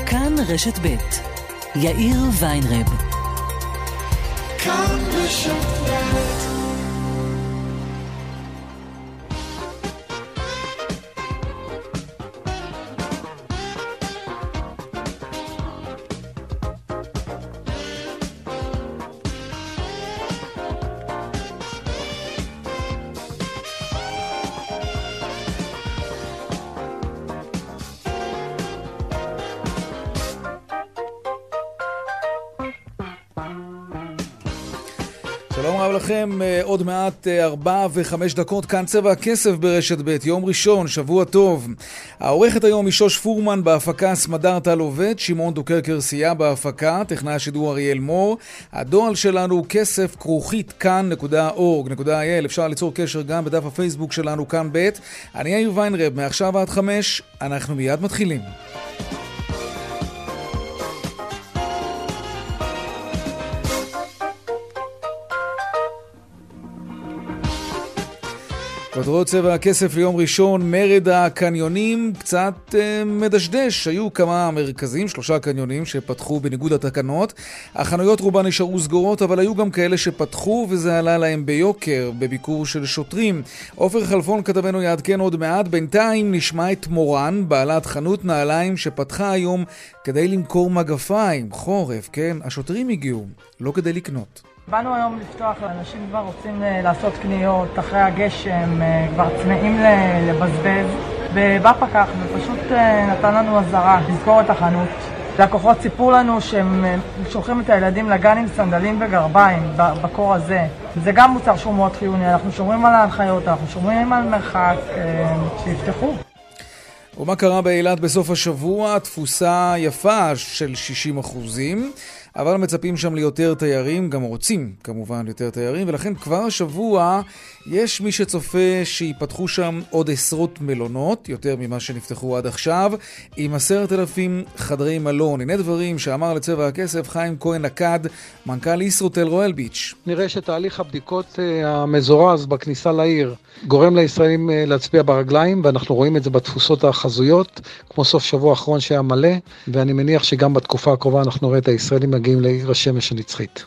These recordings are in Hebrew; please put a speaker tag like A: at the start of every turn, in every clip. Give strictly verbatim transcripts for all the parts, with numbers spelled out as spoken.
A: כאן רשת ב' יאיר ויינרב. כאן רשת ב'.
B: שלום רב לכם, עוד מעט ארבע וחמש דקות, כאן צבע הכסף ברשת ב', יום ראשון, שבוע טוב. העורכת היום היא שוש פורמן, בהפקה סמדר טל עובד, שמעון דוקרקר סייע בהפקה, טכנאי השידור אריאל מור. הדואל שלנו כסף כרוכית כאן נקודה אורג נקודה איי אל, אפשר ליצור קשר גם בדף הפייסבוק שלנו כאן ב'. אני יאיר ויינרב, מעכשיו עד חמש, אנחנו מיד מתחילים. כותרות צבע הכסף ליום ראשון, מרד הקניונים קצת אה, מדשדש. היו כמה מרכזים, שלושה קניונים שפתחו בניגוד לתקנות. החנויות רובן נשארו סגורות, אבל היו גם כאלה שפתחו וזה עלה להם ביוקר בביקור של שוטרים. עופר חלפון כתבנו יעדכן עוד מעט. בינתיים נשמע את מורן, בעלת חנות נעליים שפתחה היום כדי למכור מגפיים, חורף, כן? השוטרים הגיעו, לא כדי לקנות.
C: באנו היום לפתוח, אנשים כבר רוצים לעשות קניות, אחרי הגשם, כבר צמאים לבזבז. ובא פקח ופשוט נתן לנו עזרה לזכור את החנות. לקוחות סיפרו לנו שהם שולחים את הילדים לגן עם סנדלים וגרביים בקור הזה. זה גם מוצר שהוא מאוד חיוני, אנחנו שומרים על ההנחיות, אנחנו שומרים על מרחק, שיפתחו.
B: ומה קרה באילת בסוף השבוע? תפוסה יפה של שישים אחוזים. אבל מצפים שם ליותר תיירים, גם רוצים כמובן יותר תיירים, ולכן כבר השבוע יש מי שצופה שיפתחו שם עוד עשרות מלונות, יותר ממה שנפתחו עד עכשיו, עם עשרת אלפים חדרי מלון. הנה דברים שאמר לצבע הכסף חיים כהן נקד, מנכ"ל ישרוטל רואל ביץ'.
D: נראה שתהליך הבדיקות המזורז בכניסה לעיר גורם לישראלים להצביע ברגליים, ואנחנו רואים את זה בתפוסות החזויות, כמו סוף שבוע האחרון שהיה מלא, ואני מניח שגם בתקופה הקרובה אנחנו רואים את הישראלים מגיעים לעיר השמש הנצחית.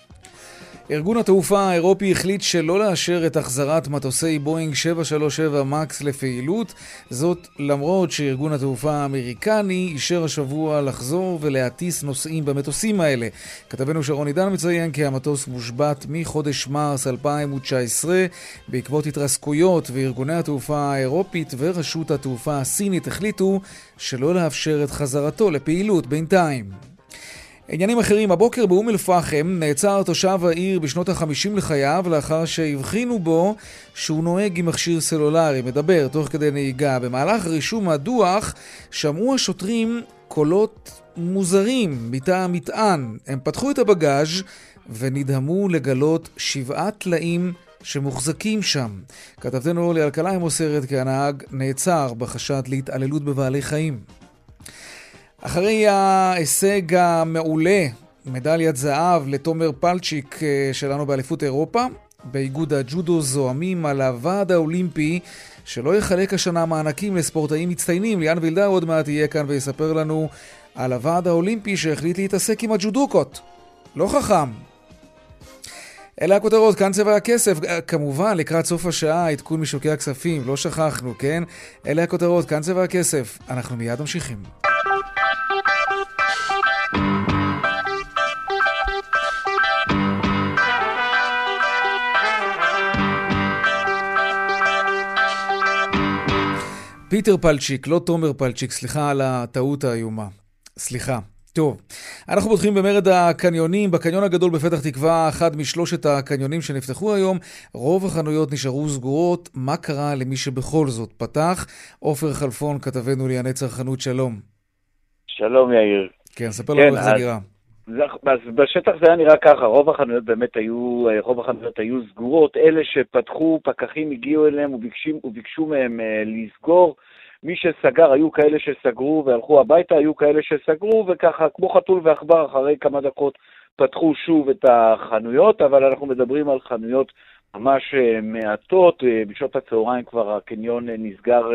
B: ארגון התעופה האירופי החליט שלא לאשר את החזרת מטוסי בואינג שבע שלוש שבע מקס לפעילות, זאת למרות שארגון התעופה האמריקני אישר השבוע לחזור ולהטיס נוסעים במטוסים האלה. כתבנו שרון עידן מציין כי המטוס מושבת מחודש מרס אלפיים תשע עשרה בעקבות התרסקויות, וארגוני התעופה האירופית ורשות התעופה הסינית החליטו שלא לאפשר את חזרתו לפעילות בינתיים. עניינים אחרים, הבוקר באום אל פחם נעצר תושב העיר בשנות החמישים לחייו לאחר שהבחינו בו שהוא נוהג עם מכשיר סלולרי, מדבר תוך כדי נהיגה. במהלך רישום הדוח שמעו השוטרים קולות מוזרים מטעם מטען. הם פתחו את הבגאז' ונדהמו לגלות שבעה טלאים שמוחזקים שם. כתבתנו אורלי אלקלעי מוסרת כי הנהג נעצר בחשד להתעללות בבעלי חיים. אחרי ההישג המעולה, מדליית זהב לתומר פלצ'יק שלנו באליפות אירופה, באיגוד הג'ודו זוהמים על הוועד האולימפי שלא יחלק השנה מענקים לספורטאים מצטיינים. ליאן וילדה עוד מעט יהיה כאן ויספר לנו על הוועד האולימפי שהחליט להתעסק עם הג'ודוקות. לא חכם. אלה הכותרות, כאן צבע הכסף. כמובן, לקראת סוף השעה, עדכון משוקי הכספים, לא שכחנו, כן? אלה הכותרות, כאן צבע הכסף. אנחנו מיד ממשיכים. פיטר פלצ'יק, לא תומר פלצ'יק, סליחה על הטעות האיומה. סליחה. טוב, אנחנו פותחים במרד הקניונים. בקניון הגדול בפתח תקווה, אחד משלושת הקניונים שנפתחו היום, רוב החנויות נשארו סגורות. מה קרה למי שבכל זאת פתח? עופר חלפון, כתבנו לענייני צרכנות, שלום.
E: שלום יאיר.
B: כן, ספר לנו איך זה נראה.
E: אז בשטח זה היה נראה ככה, רוב החנויות באמת היו, רוב החנויות היו סגורות. אלה שפתחו, פקחים הגיעו אליהם וביקשו, וביקשו מהם לסגור. מי שסגר, היו כאלה שסגרו והלכו הביתה, היו כאלה שסגרו, וככה כמו חתול ואחבר אחרי כמה דקות פתחו שוב את החנויות, אבל אנחנו מדברים על חנויות ממש מעטות. בשעות הצהריים כבר הקניון נסגר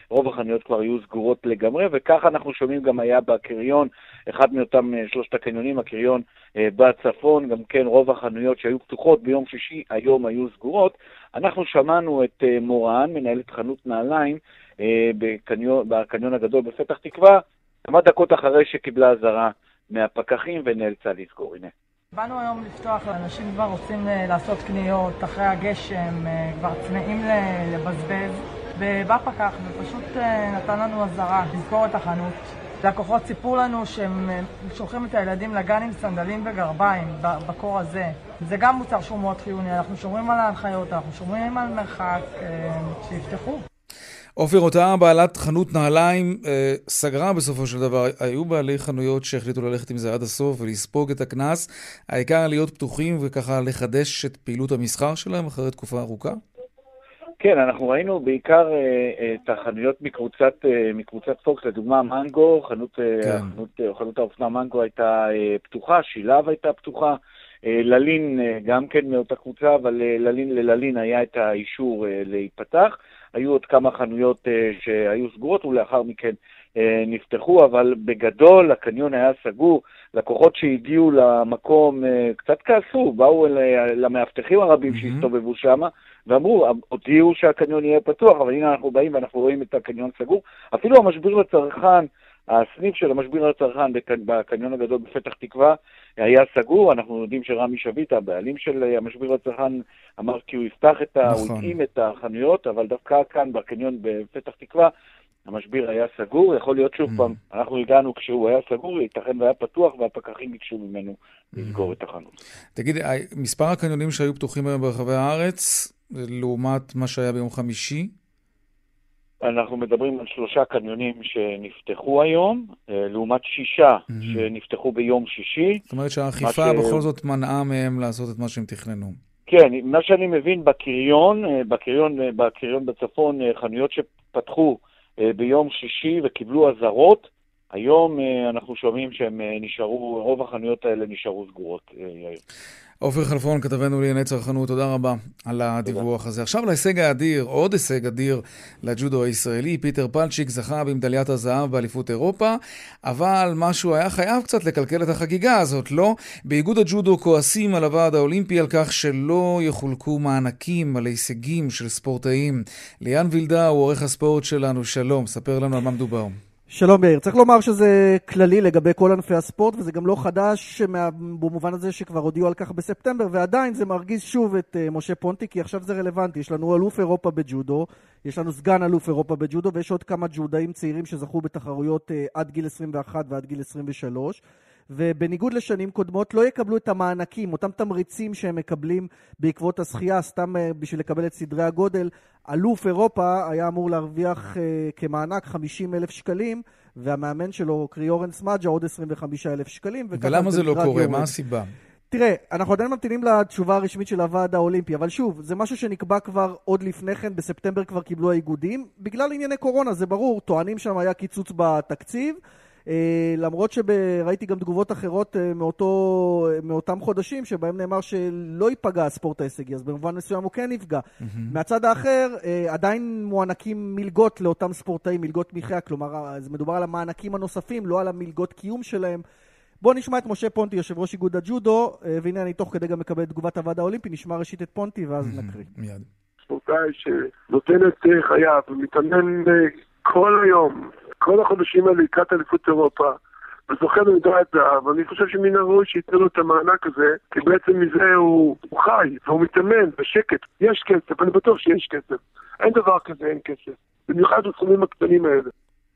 E: רוב החנויות כבר היו סגורות לגמרי, וככה אנחנו שומעים גם היה בקריון, אחד מאותם שלושת הקניונים, הקריון בצפון, גם כן רוב החנויות שהיו פתוחות ביום שישי, היום היו סגורות. אנחנו שמענו את מורן, מנהלת חנות נעליים, בקניון, בקניון הגדול בפתח תקווה, כמה דקות אחרי שקיבלה הזרה מהפקחים ונאלצה לסגור. הנה.
C: באנו היום לפתוח, אנשים כבר רוצים לעשות קניות, אחרי הגשם, כבר צמאים לבזבז, ובא פקח ופשוט נתן לנו הזרה לסגור את החנות. לקוחות סיפרו לנו שהם שולחים את הילדים לגן עם סנדלים וגרביים בקור הזה. זה גם מוצר שהוא מאוד חיוני, אנחנו שומרים על ההנחיות, אנחנו שומרים על מרחק, שיפתחו.
B: אופיר, אותה בעלת חנות נעליים אה, סגרה בסופו של דבר. היו בעלי חנויות שהחליטו ללכת עם זה עד הסוף ולספוג את הכנס. העיקר להיות פתוחים וככה לחדש את פעילות המסחר שלהם אחרי תקופה ארוכה?
E: כן, אנחנו ראינו בעיקר אה, את החנויות מקבוצת, אה, מקבוצת פוקס, לדוגמה מנגו, חנות, כן. אה, חנות, אה, חנות האופנה מנגו הייתה אה, פתוחה, שילב הייתה פתוחה, אה, ללין אה, גם כן מאותה קבוצה, אבל אה, ללין, לללין היה את האישור אה, להיפתח. היו עוד כמה חנויות uh, שהיו סגורות ולאחר מכן uh, נפתחו, אבל בגדול הקניון היה סגור. לקוחות שהגיעו למקום uh, קצת כעסו, באו אל, למאבטחים הרבים mm-hmm. שהסתובבו שם, ואמרו, הודיעו שהקניון יהיה פתוח, אבל הנה אנחנו באים ואנחנו רואים את הקניון סגור. אפילו המשביר לצרכן, הסניף של המשביר לצרכן בקניון הגדול בפתח תקווה היה סגור. אנחנו יודעים שרמי שביט, הבעלים של המשביר לצרכן, אמר כי הוא יפתח את ה... נכון. הוא התאים את החנויות, אבל דווקא כאן בקניון בפתח תקווה המשביר היה סגור. יכול להיות שוב mm. פעם, אנחנו הגענו כשהוא היה סגור, ייתכן והיה פתוח והפקחים ביקשו ממנו mm. לסגור את החנות.
B: תגיד, מספר הקניונים שהיו פתוחים היום ברחבי הארץ, לעומת מה שהיה ביום חמישי?
E: אנחנו מדברים על שלושה קניונים שנפתחו היום, לעומת שישה mm-hmm. שנפתחו ביום שישי.
B: זאת אומרת שהאכיפה ש... בכל זאת מנעה מהם לעשות את מה שהם תכננו.
E: כן, מה שאני מבין בקריון, בקריון, בקריון בצפון, חנויות שפתחו ביום שישי וקיבלו הזרות, היום אנחנו שומעים שהם נשארו, רוב החנויות האלה נשארו סגורות.
B: אופיר חלפון, כתבנו לענייני צרכנות, תודה רבה על הדיווח הזה. עכשיו להישג האדיר, עוד הישג אדיר לג'ודו הישראלי. פיטר פלצ'יק זכה במדליית הזהב באליפות אירופה, אבל משהו היה חייב קצת לקלקל את החגיגה הזאת, לא? באיגוד הג'ודו כועסים על הוועד האולימפי על כך שלא יחולקו מענקים על הישגים של ספורטאים. ליאן וילדה הוא עורך הספורט שלנו, שלום, ספר לנו על מה מדובר.
F: שלום מאיר, צריך לומר שזה כללי לגבי כל ענפי הספורט, וזה גם לא חדש במובן הזה שכבר הודיעו על כך בספטמבר, ועדיין זה מרגיז שוב את uh, משה פונטי, כי עכשיו זה רלוונטי. יש לנו אלוף אירופה בג'ודו, יש לנו סגן אלוף אירופה בג'ודו, ויש עוד כמה ג'ודאים צעירים שזכו בתחרויות uh, עד גיל עשרים ואחת ועד גיל עשרים ושלוש, ובניגוד לשנים קודמות לא יקבלו את המענקים, אותם תמריצים שהם מקבלים בעקבות השחייה, סתם uh, בשביל לקבל את סדרי הגודל. אלוף אירופה היה אמור להרוויח uh, כמענק חמישים אלף שקלים, והמאמן שלו, קרי אורנס מג'ה, עוד עשרים וחמישה אלף שקלים.
B: ולמה זה לא קורה? יורד. מה הסיבה?
F: תראה, אנחנו עדיין ממתינים לתשובה הרשמית של הוועד האולימפי, אבל שוב, זה משהו שנקבע כבר עוד לפני כן, בספטמבר כבר קיבלו האיגודים, בגלל ענייני קורונה, זה ברור, טוענים שם היה קיצוץ בתקציב, למרות שראיתי גם תגובות אחרות מאותו, מאותם חודשים שבהם נאמר שלא ייפגע הספורט ההישגי, אז במובן מסוים הוא כן יפגע. Mm-hmm. מהצד האחר, עדיין מוענקים מלגות לאותם ספורטאים, מלגות מחיה, כלומר, זה מדובר על המענקים הנוספים, לא על המלגות קיום שלהם. בואו נשמע את משה פונטי, יושב ראש איגוד הג'ודו, והנה אני תוך כדי גם מקבל את תגובת הוועד האולימפי, נשמע ראשית את פונטי ואז mm-hmm. נקריא.
B: מיד.
G: ספורטאי שנותן את חייו ומתאמן כל היום, כל החודשים האלה לקראת אליפות אירופה, וזוכה במדליית זהב, ואני חושב שמן הראוי שייתנו לו את המענק הזה, כי בעצם מזה הוא, הוא חי, והוא מתאמן בשקט. יש כסף, אני בטוח שיש כסף. אין דבר כזה, אין כסף. במיוחד בסכומים הקטנים האלה.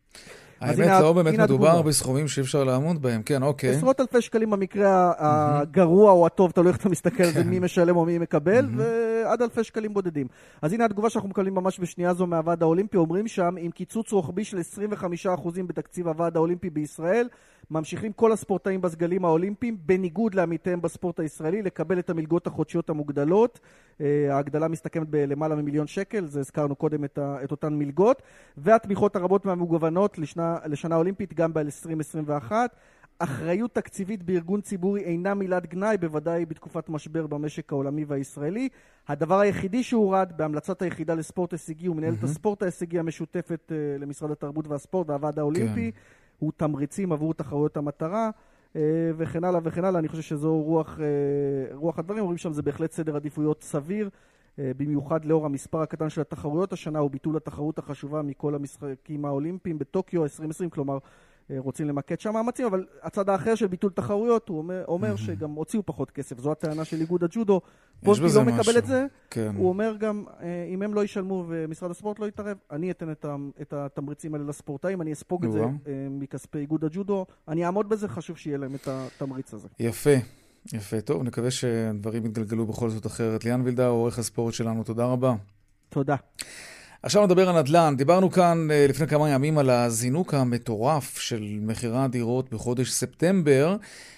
B: האמת, לא באמת מדובר בסכומים שאי אפשר לעמוד בהם, כן, אוקיי.
F: עשרות אלפי שקלים במקרה הגרוע או הטוב, תלוי איך אתה מסתכל, זה מי משלם או מי מקבל, ועד אלפי שקלים בודדים. אז הנה התגובה שאנחנו מקבלים ממש בשנייה זו מהוועד האולימפי, אומרים שם, עם קיצוץ רוחבי של עשרים וחמישה אחוז בתקציב הוועד האולימפי בישראל, ממשיכים כל הספורטאים בסגלים האולימפיים, בניגוד לעמיתיהם בספורט הישראלי, לקבל את המלגות החודשיות המוגדלות. ההגדלה מסתכמת בלמעלה ממיליון שקל, זה הזכרנו קודם את, ה, את אותן מלגות, והתמיכות הרבות מהמגוונות לשנה, לשנה אולימפית גם ב-עשרים עשרים ואחת. אחריות תקציבית בארגון ציבורי אינה מילת גנאי, בוודאי בתקופת משבר במשק העולמי והישראלי. הדבר היחידי שהורד בהמלצת היחידה לספורט הישגי ומנהלת הספורט ההישגי המשותפת למשרד התרבות והספורט והוועד האולימפי, הוא תמריצים עבור תחרויות המטרה, וכן הלאה וכן הלאה. אני חושב שזו רוח, רוח הדברים. אומרים שם זה בהחלט סדר עדיפויות סביר, במיוחד לאור המספר הקטן של התחרויות השנה וביטול התחרות החשובה מכל המשחקים האולימפיים בטוקיו עשרים עשרים, כלומר רוצים למקד שם מאמצים, אבל הצד האחר של ביטול תחרויות הוא אומר, אומר שגם הוציאו פחות כסף. זו הטענה של איגוד הג'ודו. וולפי לא מקבל את זה. כן. הוא אומר גם, אם הם לא ישלמו ומשרד הספורט לא יתערב, אני אתן את, את התמריצים האלה לספורטאים, אני אספוג את זה מכספי איגוד הג'ודו, אני אעמוד בזה, חשוב שיהיה להם את התמריץ הזה.
B: יפה. יפה, טוב, נקווה שהדברים יתגלגלו בכל זאת אחרת. ליאן וילדאו, עורך הספורט שלנו, תודה רבה.
F: תודה.
B: עכשיו נדבר על נדל"ן. דיברנו כאן לפני כמה ימים על הזינוק המטורף של מחירי הדירות בחודש ספטמבר,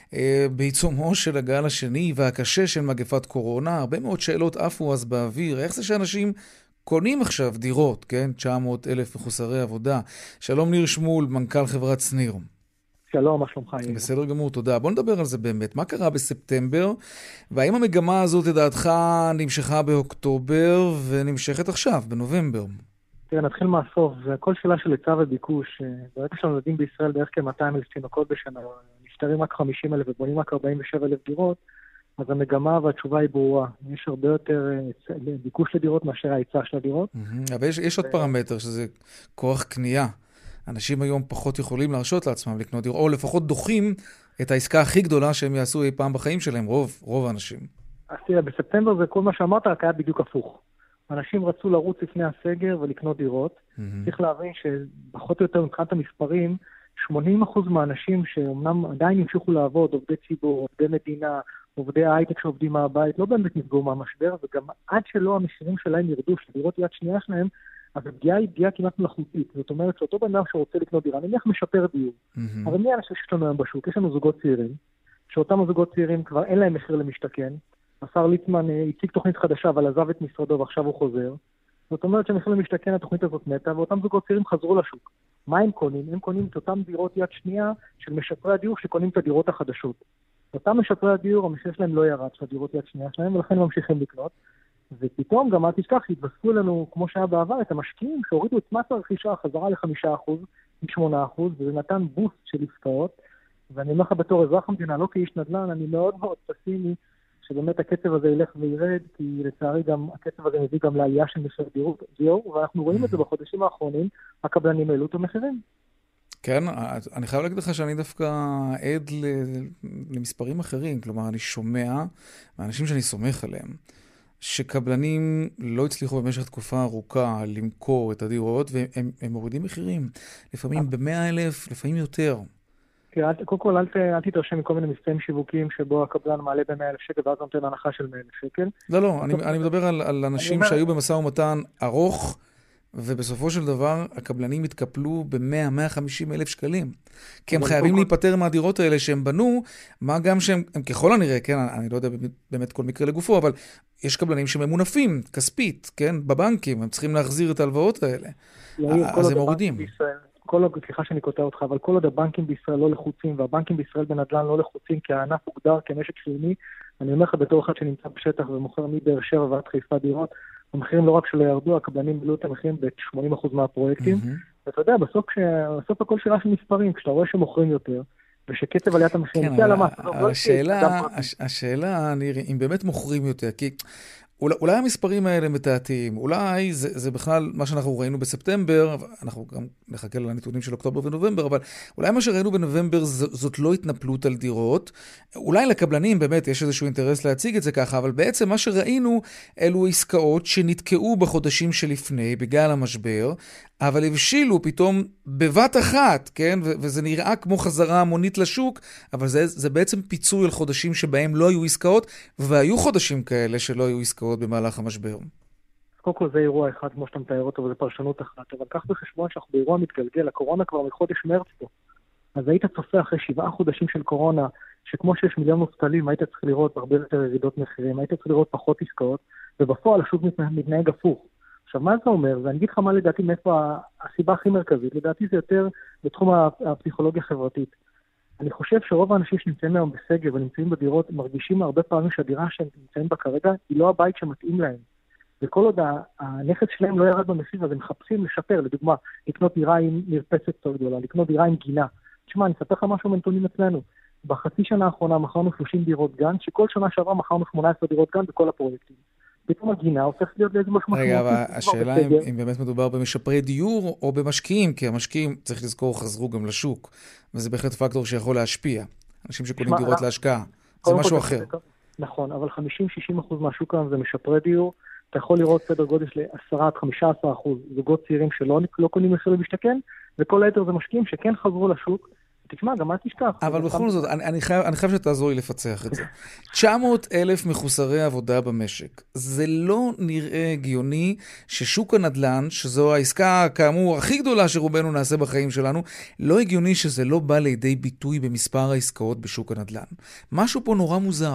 B: בעיצומו של הגל השני והקשה של מגפת קורונה. הרבה מאוד שאלות עפו אז באוויר. איך זה שאנשים קונים עכשיו דירות, כן? תשע מאות אלף מחוסרי עבודה. שלום ניר שמול, מנכ"ל חברת שניר.
H: שלום, מה שלומך?
B: בסדר גמור, תודה. בוא נדבר על זה באמת. מה קרה בספטמבר, והאם המגמה הזאת, לדעתך, נמשכה באוקטובר ונמשכת עכשיו, בנובמבר?
H: תראה, נתחיל מהסוף. זה הכל שאלה של היצע וביקוש. ברגע שאנחנו יודעים בישראל בערך כ-מאתיים אלף תינוקות בשנה, נפטרים רק חמישים אלף ובונים רק ארבעים ושבע אלף דירות, אז המגמה והתשובה היא ברורה. יש הרבה יותר ביקוש לדירות מאשר ההיצע של הדירות.
B: אבל יש, יש עוד פרמטר, שזה כוח קנייה. אנשים היום פחות יכולים להרשות לעצמם לקנות דירות, או לפחות דוחים את העסקה הכי גדולה שהם יעשו אי פעם בחיים שלהם, רוב, רוב האנשים.
H: אז תראה, בספטמבר זה כל מה שאמרת, רק היה בדיוק הפוך. אנשים רצו לרוץ לפני הסגר ולקנות דירות. Mm-hmm. צריך להבין שפחות או יותר מבחינת המספרים, שמונים אחוז מהאנשים שאומנם עדיין המשיכו לעבוד, עובדי ציבור, עובדי מדינה, עובדי הייטק שעובדים מהבית, לא באמת נפגעו מהמשבר, וגם עד שלא המחירים שלהם ירדו, שדירות יד שנייה שלהם, אז הפגיעה היא פגיעה כמעט מלאכותית. זאת אומרת שאותו בן אדם שרוצה לקנות דירה, נניח משפר דיור. Mm-hmm. אבל מי האנשים שיש לנו היום בשוק? יש לנו זוגות צעירים, שאותם הזוגות צעירים כבר אין להם מחיר למשתכן. השר ליצמן הציג תוכנית חדשה, אבל עזב את משרדו ועכשיו הוא חוזר. זאת אומרת שמחיר למשתכן התוכנית הזאת מתה, ואותם זוגות צעירים חזרו לשוק. מה הם קונים? הם קונים את אותם דירות יד שנייה של משפרי הדיור שקונים את הדירות החדשות. אותם משפרי הדיור, המחיר שלהם לא ירד של הדירות יד שנייה שלהם, ולכן הם ממשיכים לקנות. ופתאום גם אל תשכח שהתווספו לנו, כמו שהיה בעבר, את המשקיעים שהורידו את מס הרכישה חזרה לחמישה אחוז, משמונה אחוז, וזה נתן בוסט של עסקאות. ואני אומר לך בתור אזרח המדינה, לא כאיש נדל"ן, אני מאוד מאוד פסימי שבאמת הקצב הזה ילך וירד, כי לצערי גם הקצב הזה מביא גם לעלייה של מחיר דיור, ואנחנו רואים את זה בחודשים האחרונים, הקבלנים העלו את המחירים.
B: כן, אני חייב להגיד לך שאני דווקא עד למספרים אחרים, כלומר אני שומע מהאנשים שאני סומך עליהם, שקבלנים לא הצליחו במשך תקופה ארוכה למכור את הדירות, והם הם מורידים מחירים, לפעמים ב-מאה אלף, לפעמים יותר.
H: קודם כל, אל, אל תתרשם מכל מיני מבצעים שיווקיים שבו הקבלן מעלה ב-מאה אלף שקל, ואז נותן הנחה של מאה אלף שקל. לא,
B: לא, אני, אני מדבר על, על אנשים אומר... שהיו במשא ומתן ארוך, ובסופו של דבר הקבלנים התקפלו ב-מאה עד מאה וחמישים אלף שקלים. כי הם חייבים להיפטר מהדירות האלה שהם בנו, מה גם שהם, הם ככל הנראה, כן, אני לא יודע באמת כל מקרה לגופו, אבל יש קבלנים שממונפים, כספית, כן, בבנקים, הם צריכים להחזיר את ההלוואות האלה. אז הם מורידים.
H: כל עוד, סליחה שאני קוטע אותך, אבל כל עוד הבנקים בישראל לא לחוצים, והבנקים בישראל בנדל"ן לא לחוצים, כי הענף הוגדר כמשק חיוני, אני אומר לך בתור אחד שנמצא בשטח ומוכר מבאר שבע ועד חיפה דירות, המחירים לא רק שלא ירדו, הקבלנים בלו את המחירים ב-שמונים אחוז מהפרויקטים, ואתה יודע, בסוף, בסוף הכל שאלה של מספרים, כשאתה רואה שמוכרים יותר, ושקצב עליית המחירים,
B: כן, השאלה, השאלה, אם באמת מוכרים יותר, כי אולי, אולי המספרים האלה מתעתיים, אולי זה, זה בכלל מה שאנחנו ראינו בספטמבר, אנחנו גם נחכה לנתונים של אוקטובר ונובמבר, אבל אולי מה שראינו בנובמבר ז, זאת לא התנפלות על דירות, אולי לקבלנים באמת יש איזשהו אינטרס להציג את זה ככה, אבל בעצם מה שראינו אלו עסקאות שנתקעו בחודשים שלפני בגלל המשבר, אבל הבשילו פתאום בבת אחת, כן? ו- וזה נראה כמו חזרה המונית לשוק, אבל זה, זה בעצם פיצוי על חודשים שבהם לא היו עסקאות, והיו חודשים כאלה שלא היו עסקאות במהלך המשבר.
H: קודם כל זה אירוע אחד, כמו שאתה מתאר אותו, וזה פרשנות אחת, אבל כך בחשבון שאנחנו באירוע מתגלגל, הקורונה כבר מחודש מרץ פה. אז היית צופה אחרי שבעה חודשים של קורונה, שכמו שיש מיליון מובטלים, היית צריך לראות הרבה יותר ירידות מחירים, היית צריך לראות פחות עסקאות, ובפועל השוק מתנהג הפוך. עכשיו, מה זה אומר? ואני אגיד לך מה לדעתי, מאיפה הסיבה הכי מרכזית. לדעתי זה יותר בתחום הפסיכולוגיה החברתית. אני חושב שרוב האנשים שנמצאים היום בסגר ונמצאים בדירות, מרגישים הרבה פעמים שהדירה שהם נמצאים בה כרגע, היא לא הבית שמתאים להם. וכל עוד הנכס שלהם לא ירד במחיר, אז הם מחפשים לשפר, לדוגמה, לקנות דירה עם מרפסת יותר גדולה, לקנות דירה עם גינה. תשמע, אני אספר לך משהו מנתונים אצלנו. בחצי שנה האחרונה מכרנו שלושים דירות גן, שכל שנה שעברה מכרנו שמונה עשרה דירות גן בכל הפרויקטים. פתאום הגינה הופכת להיות לאיזה משהו משמעותי.
B: רגע, אבל השאלה אם, אם באמת מדובר במשפרי דיור או במשקיעים, כי המשקיעים, צריך לזכור, חזרו גם לשוק, וזה בהחלט פקטור שיכול להשפיע. אנשים שקונים דירות אנחנו... להשקעה, זה משהו אחר. זה...
H: נכון, אבל חמישים עד שישים אחוז מהשוק היום זה משפרי דיור, אתה יכול לראות סדר גודל של עשרה עד חמישה עשר אחוז זוגות צעירים שלא לא קונים מחיר למשתכן, וכל היתר זה משקיעים שכן חזרו לשוק. תשמע, גם אל תשכח.
B: אבל בכל זאת, אני, אני חייב, אני חייב שתעזור לי לפצח את זה. תשע מאות אלף מחוסרי עבודה במשק. זה לא נראה הגיוני ששוק הנדל"ן, שזו העסקה כאמור הכי גדולה שרובנו נעשה בחיים שלנו, לא הגיוני שזה לא בא לידי ביטוי במספר העסקאות בשוק הנדל"ן. משהו פה נורא מוזר.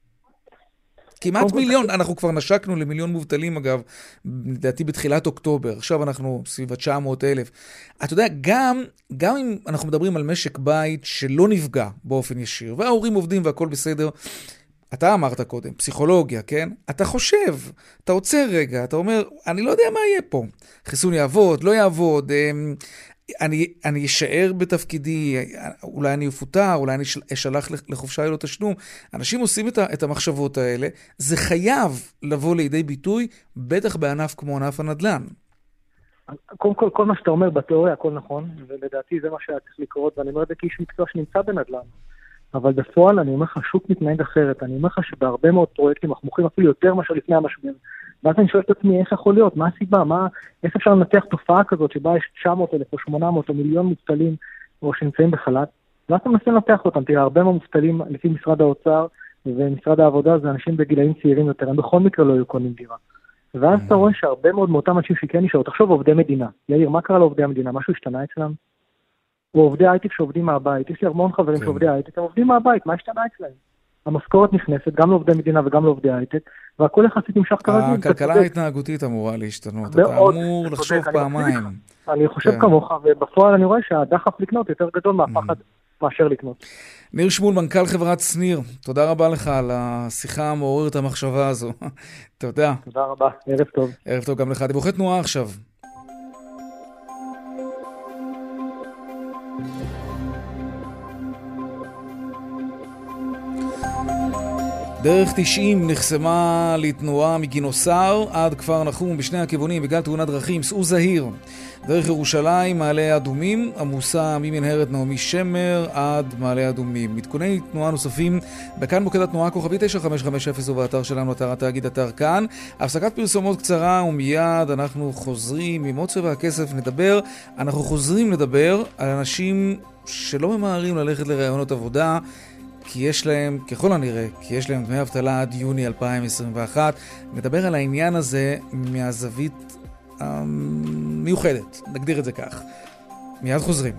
B: כמעט מיליון, אנחנו כבר נשקנו למיליון מובטלים אגב, לדעתי בתחילת אוקטובר, עכשיו אנחנו סביב תשע מאות אלף. אתה יודע, גם, גם אם אנחנו מדברים על משק בית שלא נפגע באופן ישיר, וההורים עובדים והכל בסדר, אתה אמרת קודם, פסיכולוגיה, כן? אתה חושב, אתה עוצר רגע, אתה אומר, אני לא יודע מה יהיה פה. חיסון יעבוד, לא יעבוד, אני, אני אשאר בתפקידי, אולי אני אפוטר, אולי אני אשלח לחופשה ללא תשלום. אנשים עושים את, את המחשבות האלה, זה חייב לבוא לידי ביטוי, בטח בענף כמו ענף הנדל"ן.
H: קודם כל, כל מה שאתה אומר בתיאוריה, הכל נכון, ולדעתי זה מה שהיה צריך לקרות, ואני אומר את זה כאיש מקצוע שנמצא בנדל"ן. אבל בפועל אני אומר לך, שוק מתנהג אחרת. אני אומר לך שבהרבה מאוד פרויקטים אנחנו מוכרים אפילו יותר מאשר לפני המשבר. ואז אני שואל את עצמי, איך יכול להיות? מה הסיבה? מה, איך אפשר לנתח תופעה כזאת שבה יש תשע מאות אלף או שמונה מאות או מיליון מובטלים או שנמצאים בחל"ת? ואז אתה מנסה לנתח אותם. תראה, הרבה מהמובטלים לפי משרד האוצר ומשרד העבודה זה אנשים בגילאים צעירים יותר. הם בכל מקרה לא היו קונים דירה. ואז אתה רואה שהרבה מאוד מאותם אנשים שכן נשארו. תחשוב עובדי מדינה. יאיר, מה קרה לעובדי המדינה? משהו השתנה אצלם? או עובדי הייטק שעובדים מהבית. יש לי המון חברים שעובדי הייטק, הם עובדים מהבית. מה השתנה אצלם? המשכורת נכנסת גם לעובדי מדינה וגם לעובדי הייטק, והכל יחסית נמשך כרגיל.
B: הכלכלה ההתנהגותית אמורה להשתנות. אתה אמור לחשוב פעמיים.
H: אני חושב כמוך, ובפועל אני רואה שהדחף לקנות יותר גדול מהפחד מאשר לקנות.
B: ניר שמול, מנכ"ל חברת שניר, תודה רבה לך על השיחה המעוררת המחשבה הזו. תודה.
H: תודה רבה, ערב טוב.
B: ערב טוב גם לך. דיווחי תנועה עכשיו. דרך תשעים נחסמה לתנועה מגינוסר עד כפר נחום בשני הכיוונים בגלל תאונת דרכים. סעו זהיר. דרך ירושלים מעלה אדומים עמוסה ממנהרת נעמי שמר עד מעלה אדומים. מתכוני תנועה נוספים בכאן מוקד התנועה כוכבי תשע חמש חמש אפס ובאתר שלנו אתר התאגיד אתר כאן. הפסקת פרסומות קצרה ומיד אנחנו חוזרים עם עוד צבע הכסף נדבר. אנחנו חוזרים לדבר על אנשים שלא ממהרים ללכת לרעיונות עבודה כי יש להם, ככל הנראה, כי יש להם דמי אבטלה עד יוני אלפיים עשרים ואחת. נדבר על העניין הזה מהזווית המיוחדת, נגדיר את זה כך. מיד חוזרים.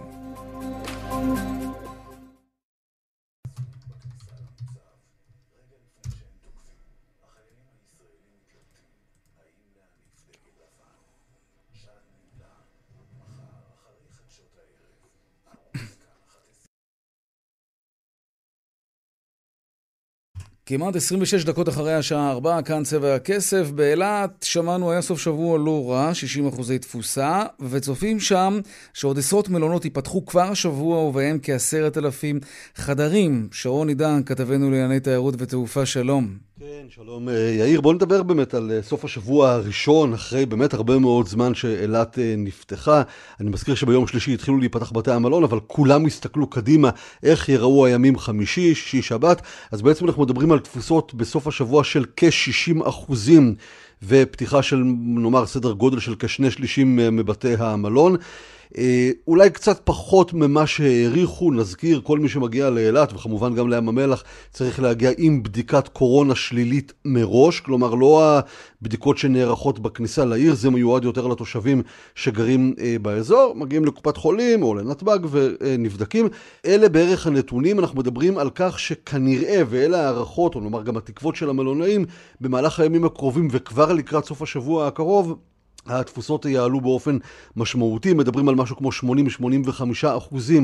B: כמעט עשרים ושש דקות אחרי השעה ארבע, כאן צבע הכסף. באילת שמענו היה סוף שבוע לא רע, שישים אחוזי תפוסה, וצופים שם שעוד עשרות מלונות ייפתחו כבר השבוע, ובהם כעשרת אלפים חדרים. שרון עידן, כתבנו לענייני תיירות ותעופה, שלום.
I: כן, שלום יאיר. בוא נדבר באמת על סוף השבוע הראשון, אחרי באמת הרבה מאוד זמן שאילת נפתחה. אני מזכיר שביום שלישי התחילו להיפתח בתי המלון, אבל כולם הסתכלו קדימה איך יראו הימים חמישי, שישי, שבת. אז בעצם אנחנו מדברים על תפוסות בסוף השבוע של כ-שישים אחוזים, ופתיחה של נאמר סדר גודל של כשני שלישים מבתי המלון. אולי קצת פחות ממה שהעריכו. נזכיר, כל מי שמגיע לאילת וכמובן גם לים המלח צריך להגיע עם בדיקת קורונה שלילית מראש, כלומר לא הבדיקות שנערכות בכניסה לעיר, זה מיועד יותר לתושבים שגרים באזור, מגיעים לקופת חולים או לנתב"ג ונבדקים. אלה בערך הנתונים. אנחנו מדברים על כך שכנראה, ואלה הערכות או נאמר גם התקוות של המלונאים, במהלך הימים הקרובים וכבר לקראת סוף השבוע הקרוב התפוסות יעלו באופן משמעותי, מדברים על משהו כמו שמונים עד שמונים וחמישה אחוזים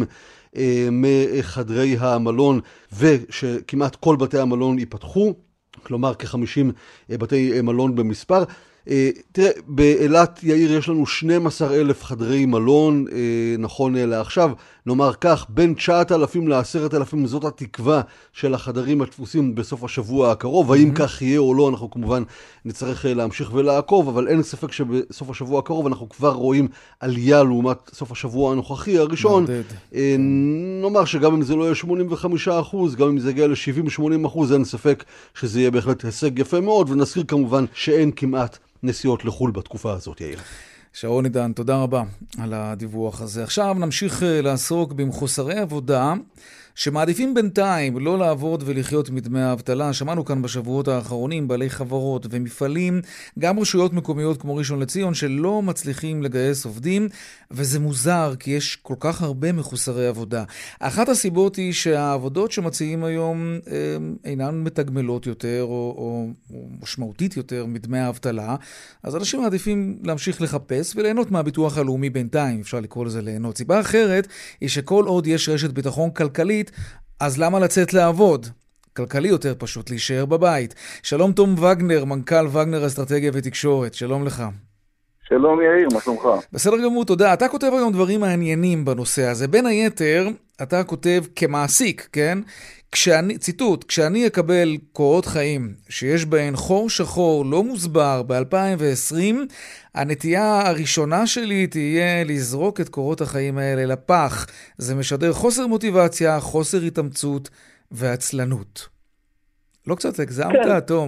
I: מחדרי המלון, ושכמעט כל בתי המלון ייפתחו, כלומר כ-חמישים בתי מלון במספר. תראה, באילת, יאיר, יש לנו שנים עשר אלף חדרי מלון, נכון לעכשיו, נאמר כך, בין תשעת אלפים ל-עשרת אלפים, זאת התקווה של החדרים התפוסים בסוף השבוע הקרוב. האם כך יהיה או לא, אנחנו כמובן נצטרך להמשיך ולעקוב, אבל אין ספק שבסוף השבוע הקרוב אנחנו כבר רואים עלייה לעומת סוף השבוע הנוכחי הראשון. נאמר שגם אם זה לא יהיה שמונים וחמישה אחוז, גם אם זה יגיע ל-שבעים שמונים אחוז, אין ספק שזה יהיה בהחלט הישג יפה מאוד, ונזכיר כמובן שאין כמעט נסיעות לחול בתקופה הזאת, יאיר.
B: שרון עידן, תודה רבה על הדיווח הזה. עכשיו נמשיך לעסוק במחוסרי עבודה שמעדיפים בינתיים לא לעבוד ולחיות מדמי האבטלה. שמענו כאן בשבועות האחרונים בעלי חברות ומפעלים, גם רשויות מקומיות כמו ראשון לציון, שלא מצליחים לגייס עובדים, וזה מוזר כי יש כל כך הרבה מחוסרי עבודה. אחת הסיבות היא שהעבודות שמציעים היום אינן מתגמלות יותר או, או, או משמעותית יותר מדמי האבטלה, אז אנשים מעדיפים להמשיך לחפש וליהנות מהביטוח הלאומי בינתיים, אפשר לקרוא לזה ליהנות. סיבה אחרת היא שכל עוד יש רשת ביטחון כלכלית, אז למה לצאת לעבוד? כלכלי יותר פשוט להישאר בבית. שלום תום וגנר, מנכ"ל וגנר אסטרטגיה ותקשורת, שלום לך.
J: שלום יאיר, מה שלומך?
B: בסדר גמור, תודה. אתה כותב היום דברים מעניינים בנושא הזה. בין היתר, אתה כותב כמעסיק, כן? כשאני, ציטוט, כשאני אקבל קורות חיים שיש בהן חור שחור לא מוסבר ב-אלפיים ועשרים, הנטייה הראשונה שלי תהיה לזרוק את קורות החיים האלה לפח. זה משדר חוסר מוטיבציה, חוסר התאמצות ועצלנות. לא קצת הגזמת, כן. תום?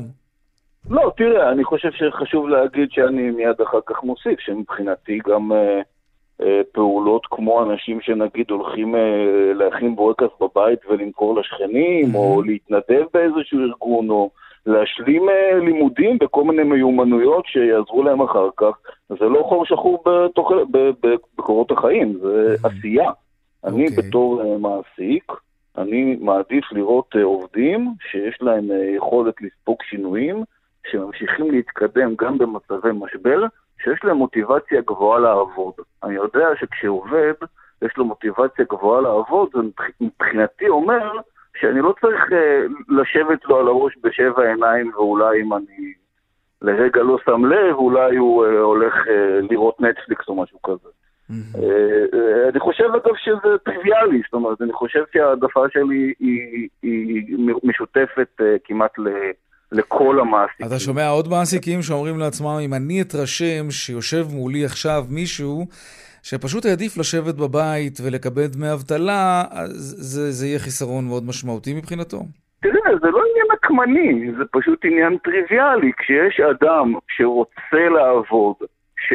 J: לא, תראה, אני חושב שחשוב להגיד שאני מיד אחר כך מוסיף, שמבחינתי גם אה, אה, פעולות כמו אנשים שנגיד הולכים אה, להכין בורקס בבית ולמכור לשכנים, mm-hmm. או להתנדב באיזשהו ארגון, או להשלים אה, לימודים בכל מיני מיומנויות שיעזרו להם אחר כך. זה לא חור שחור בתוך, ב, ב, בקורות החיים, זה mm-hmm. עשייה. Okay. אני בתור אה, מעסיק, אני מעדיף לראות אה, עובדים שיש להם אה, יכולת לספוג שינויים, שממשיכים להתקדם גם במצבי משבר, שיש להם מוטיבציה גבוהה לעבוד. אני יודע שכשעובד, יש לו מוטיבציה גבוהה לעבוד, זה מבחינתי אומר שאני לא צריך uh, לשבת לו על הראש בשבע עיניים, ואולי אם אני לרגע לא שם לב, אולי הוא uh, הולך uh, לראות נטפליקס או משהו כזה. Mm-hmm. Uh, uh, אני חושב אגב שזה טריוויאלי, זאת אומרת, אני חושב שהעדפה שלי היא, היא משותפת uh, כמעט ל... לכל המעסיקים. אתה
B: שומע עוד מעסיקים שאומרים לעצמם, אם אני אתרשם שיושב מולי עכשיו מישהו שפשוט יעדיף לשבת בבית ולקבל דמי אבטלה, זה, זה יהיה חיסרון מאוד משמעותי מבחינתו.
J: תראה, זה לא עניין נקמני, זה פשוט עניין טריוויאלי. כשיש אדם שרוצה לעבוד, ש,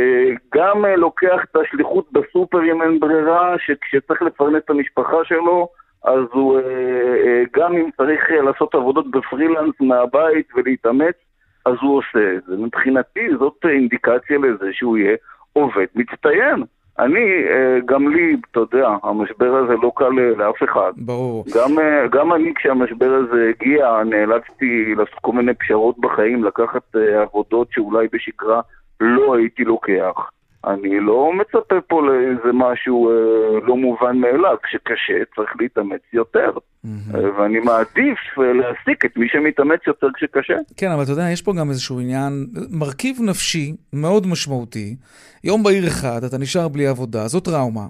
J: שגם לוקח את השליחות בסופר אם אין ברירה, שכשצריך לפרנס את המשפחה שלו, אז הוא, גם אם צריך לעשות עבודות בפרילנס מהבית ולהתאמץ, אז הוא עושה את זה. מבחינתי זאת אינדיקציה לזה שהוא יהיה עובד מצטיין. אני, גם לי, אתה יודע, המשבר הזה לא קל לאף אחד.
B: ברור.
J: גם, גם אני כשהמשבר הזה הגיע, נאלצתי לעשות כל מיני פשרות בחיים, לקחת עבודות שאולי בשגרה לא הייתי לוקח. אני לא מצפה פה לאיזה משהו אה, לא מובן מאליו, כשקשה צריך להתאמץ יותר, mm-hmm. אה, ואני מעדיף אה, להסיק את מי שמתאמץ יותר כשקשה.
B: כן, אבל אתה יודע, יש פה גם איזשהו עניין, מרכיב נפשי מאוד משמעותי, יום בהיר אחד, אתה נשאר בלי עבודה, זו טראומה,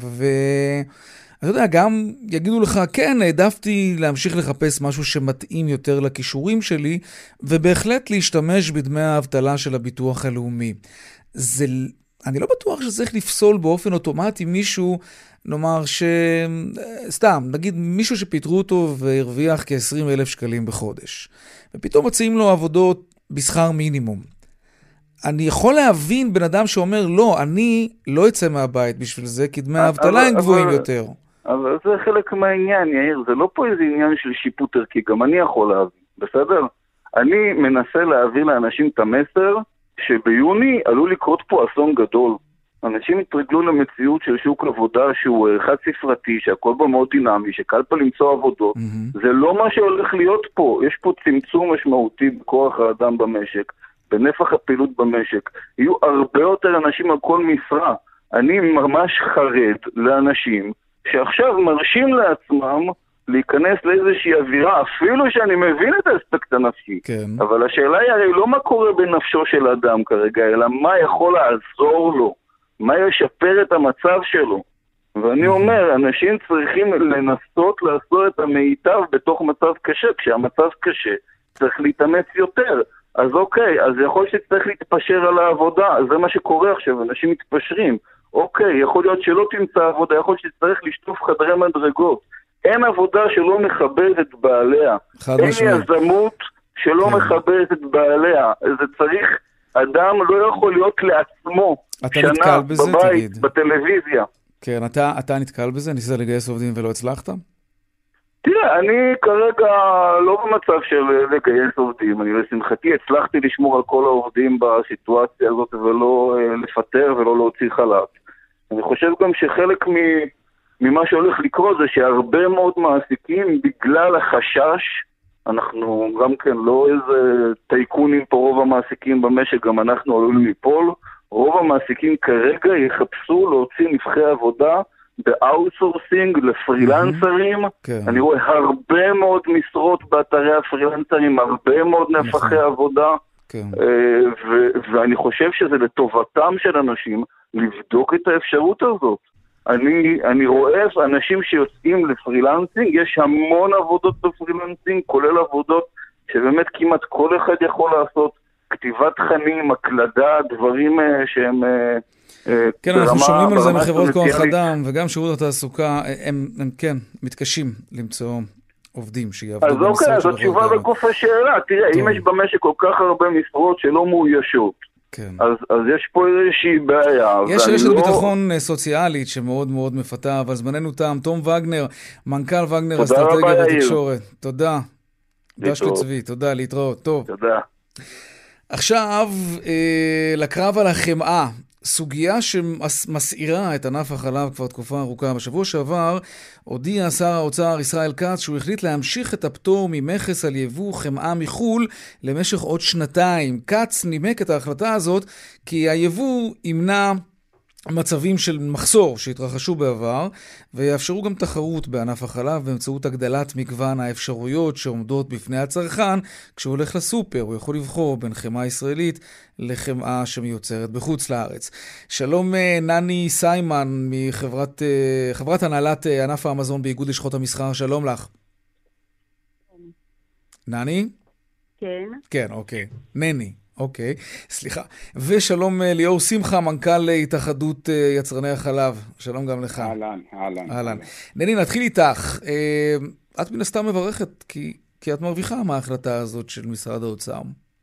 B: ואתה יודע, גם יגידו לך, כן, העדפתי להמשיך לחפש משהו שמתאים יותר לכישורים שלי, ובהחלט להשתמש בדמי האבטלה של הביטוח הלאומי. זה... אני לא בטוח שצריך לפסול באופן אוטומטי מישהו, נאמר ש... סתם, נגיד מישהו שפיטרו אותו והרוויח כ-עשרים אלף שקלים בחודש, ופתאום מציעים לו עבודות בשכר מינימום. אני יכול להבין בן אדם שאומר, לא, אני לא אצא מהבית בשביל זה, כי דמי האבטלה הם גבוהים יותר.
J: אבל זה חלק מהעניין, יאיר, זה לא פה איזה עניין של שיפוט ערכי, גם אני יכול להבין, בסדר? אני מנסה להעביר לאנשים את המסר, שביוני עלול לקרות פה אסון גדול. אנשים התרגלו למציאות של שוק עבודה שהוא חד ספרתי, שהכל בו מאוד דינמי, שקל פה למצוא עבודות. Mm-hmm. זה לא מה שהולך להיות פה. יש פה צמצום משמעותי בכוח האדם במשק. בנפח הפעילות במשק, יהיו הרבה יותר אנשים על כל משרה. אני ממש חרד לאנשים שעכשיו מרשים לעצמם להיכנס לאיזושהי אווירה, אפילו שאני מבין את האספקט הנפשי.
B: כן.
J: אבל השאלה היא הרי לא מה קורה בנפשו של אדם כרגע, אלא מה יכול לעזור לו, מה ישפר את המצב שלו. ואני אומר, אנשים צריכים לנסות לעשות את המיטב בתוך מצב קשה. כשהמצב קשה, צריך להתאמץ יותר. אז אוקיי, אז יכול שצריך להתפשר על העבודה, זה מה שקורה עכשיו, אנשים מתפשרים. אוקיי, יכול להיות שלא תמצא עבודה, יכול להיות שצריך לשטוף חדרי מדרגות. אין עבודה שלא מכבדת בעליה. אין יזמות שלא כן. מכבדת את בעליה. זה צריך, אדם לא יכול להיות לעצמו שנה
B: בזה,
J: בבית,
B: תגיד.
J: בטלוויזיה.
B: כן, אתה, אתה נתקל בזה? ניסית לגייס עובדים ולא הצלחת?
J: תראה, אני כרגע לא במצב של לגייס עובדים. אני לשמחתי הצלחתי לשמור על כל העובדים בסיטואציה הזאת ולא לפטר ולא להוציא חל"ת. אני חושב גם שחלק מ... ממה שהולך לקרות זה שהרבה מאוד מעסיקים, בגלל החשש, אנחנו גם כן לא איזה טייקונים פה, רוב המעסיקים במשק, גם אנחנו עלולים ליפול, רוב המעסיקים כרגע יחפשו להוציא נבחי עבודה באוטסורסינג לפרילנסרים.
B: כן.
J: אני רואה הרבה מאוד משרות באתרי הפרילנסרים, הרבה מאוד נפחי עבודה,
B: כן.
J: ו- ואני חושב שזה לטובתם של אנשים לבדוק את האפשרות הזאת. אני, אני רואה אנשים שיוצאים לפרילנסינג, יש המון עבודות בפרילנסינג, כולל עבודות שבאמת כמעט כל אחד יכול לעשות, כתיבת תכנים, הקלדה, דברים שהם...
B: כן, אנחנו שומעים על זה מחברות כוח אדם, וגם שירות התעסוקה, הם, הם כן, מתקשים למצוא עובדים שיעבדו
J: במשרות. אז אוקיי, אז התשובה בגוף השאלה, תראה, אם יש במשק כל כך הרבה משרות שלא מאוישות,
B: כן.
J: אז, אז יש פה איזושהי בעיה.
B: יש רשת
J: לא...
B: ביטחון סוציאלית שמאוד מאוד מפתה, אבל זמננו תם. תום וגנר, מנכ"ל וגנר אסטרטגיה ותקשורת. תודה. דש לצבי, תודה, להתראות. טוב.
J: תודה.
B: עכשיו, אה, לקרב על החמאה. סוגיה שמסעירה את ענף החלב כבר תקופה ארוכה. בשבוע שעבר הודיע שר האוצר ישראל כץ שהוא החליט להמשיך את הפטור ממכס על יבוא חמאה מחול למשך עוד שנתיים. כץ נימק את ההחלטה הזאת כי היבוא ימנע מצבים של מחסור שהתרחשו בעבר, ויאפשרו גם תחרות בענף החלב באמצעות הגדלת מגוון האפשרויות שעומדות בפני הצרכן. כשהוא הולך לסופר, הוא יכול לבחור בין חמאה ישראלית לחמאה שמיוצרת בחוץ לארץ. שלום נני סיימן, מחברת חברת הנהלת ענף המזון באיגוד לשכות המסחר, שלום לך. נני?
K: כן.
B: כן, אוקיי. נני. אוקיי, סליחה. ושלום ליאור שמחה, מנכ"ל התאחדות יצרני החלב. שלום גם לך.
L: אהלן, אהלן.
B: אהלן. נני, נתחיל איתך. את מן הסתם מברכת, כי, כי את מרוויחה מההחלטה הזאת של משרד האוצר.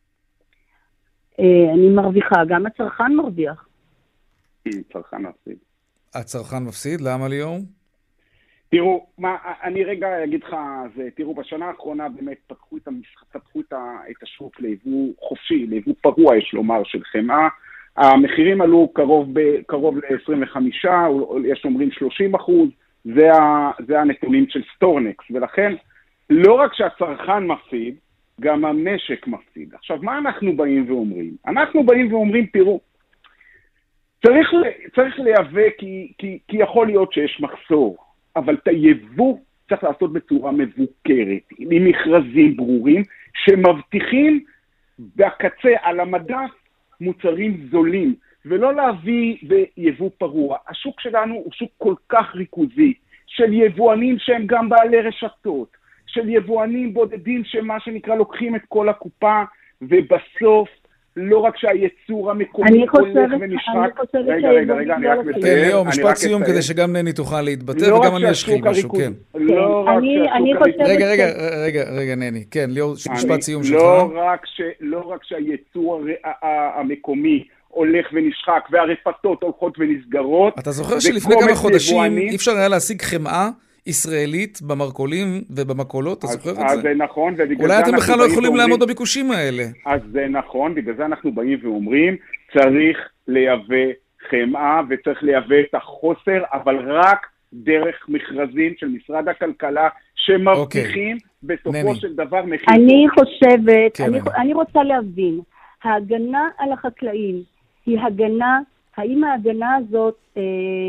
K: אני מרוויחה, גם הצרכן מרוויח.
L: צרכן מפסיד.
B: הצרכן מפסיד? למה ליאור?
L: תראו, מה, אני רגע אגיד לך, זה, תראו, בשנה האחרונה באמת פתחו את, המשח, פתחו את, ה, את השוק ליבוא חופשי, ליבוא פרוע, יש לומר, של חמאה. המחירים עלו קרוב, ב, קרוב ל-עשרים וחמישה, יש אומרים שלושים אחוז, זה, ה, זה הנתונים של סטורנקס, ולכן לא רק שהצרכן מפסיד, גם המשק מפסיד. עכשיו, מה אנחנו באים ואומרים? אנחנו באים ואומרים, תראו, צריך, צריך לייבא כי, כי, כי יכול להיות שיש מחסור. אבל את היבוא צריך לעשות בצורה מבוקרת, עם מכרזים ברורים, שמבטיחים בקצה על המדף מוצרים זולים, ולא להביא ביבוא פרוע. השוק שלנו הוא שוק כל כך ריכוזי, של יבואנים שהם גם בעלי רשתות, של יבואנים בודדים שמה שנקרא לוקחים את כל הקופה, ובסוף לא רק שהייצור המקומי הולך ונשחק. רגע, רגע, רגע, אני רק מסיים.
B: תן ליאור, משפט סיום כדי שגם נני תוכל להתבטא, וגם אני אשחיל משהו, כן.
L: לא רק שהשוק...
B: רגע, רגע, רגע, רגע, נני. כן, ליאור, משפט סיום שלך.
L: לא רק שהייצור המקומי הולך ונשחק, והרפתות הולכות ונסגרות.
B: אתה זוכר שלפני כמה חודשים אי אפשר היה להשיג חמאה ישראלית במרקולים ובמקולות, אתה זוכר את זה?
L: אז זה נכון,
B: אולי אתם בכלל לא יכולים לעמוד בביקושים האלה.
L: אז זה נכון, בגלל זה אנחנו באים ואומרים, צריך לייבא חמאה וצריך לייבא את החוסר, אבל רק דרך מכרזים של משרד הכלכלה, שמבטיחים בסופו של דבר מחיר.
K: אני חושבת, אני רוצה להבין, ההגנה על החקלאים היא הגנה, האם ההגנה הזאת
L: זה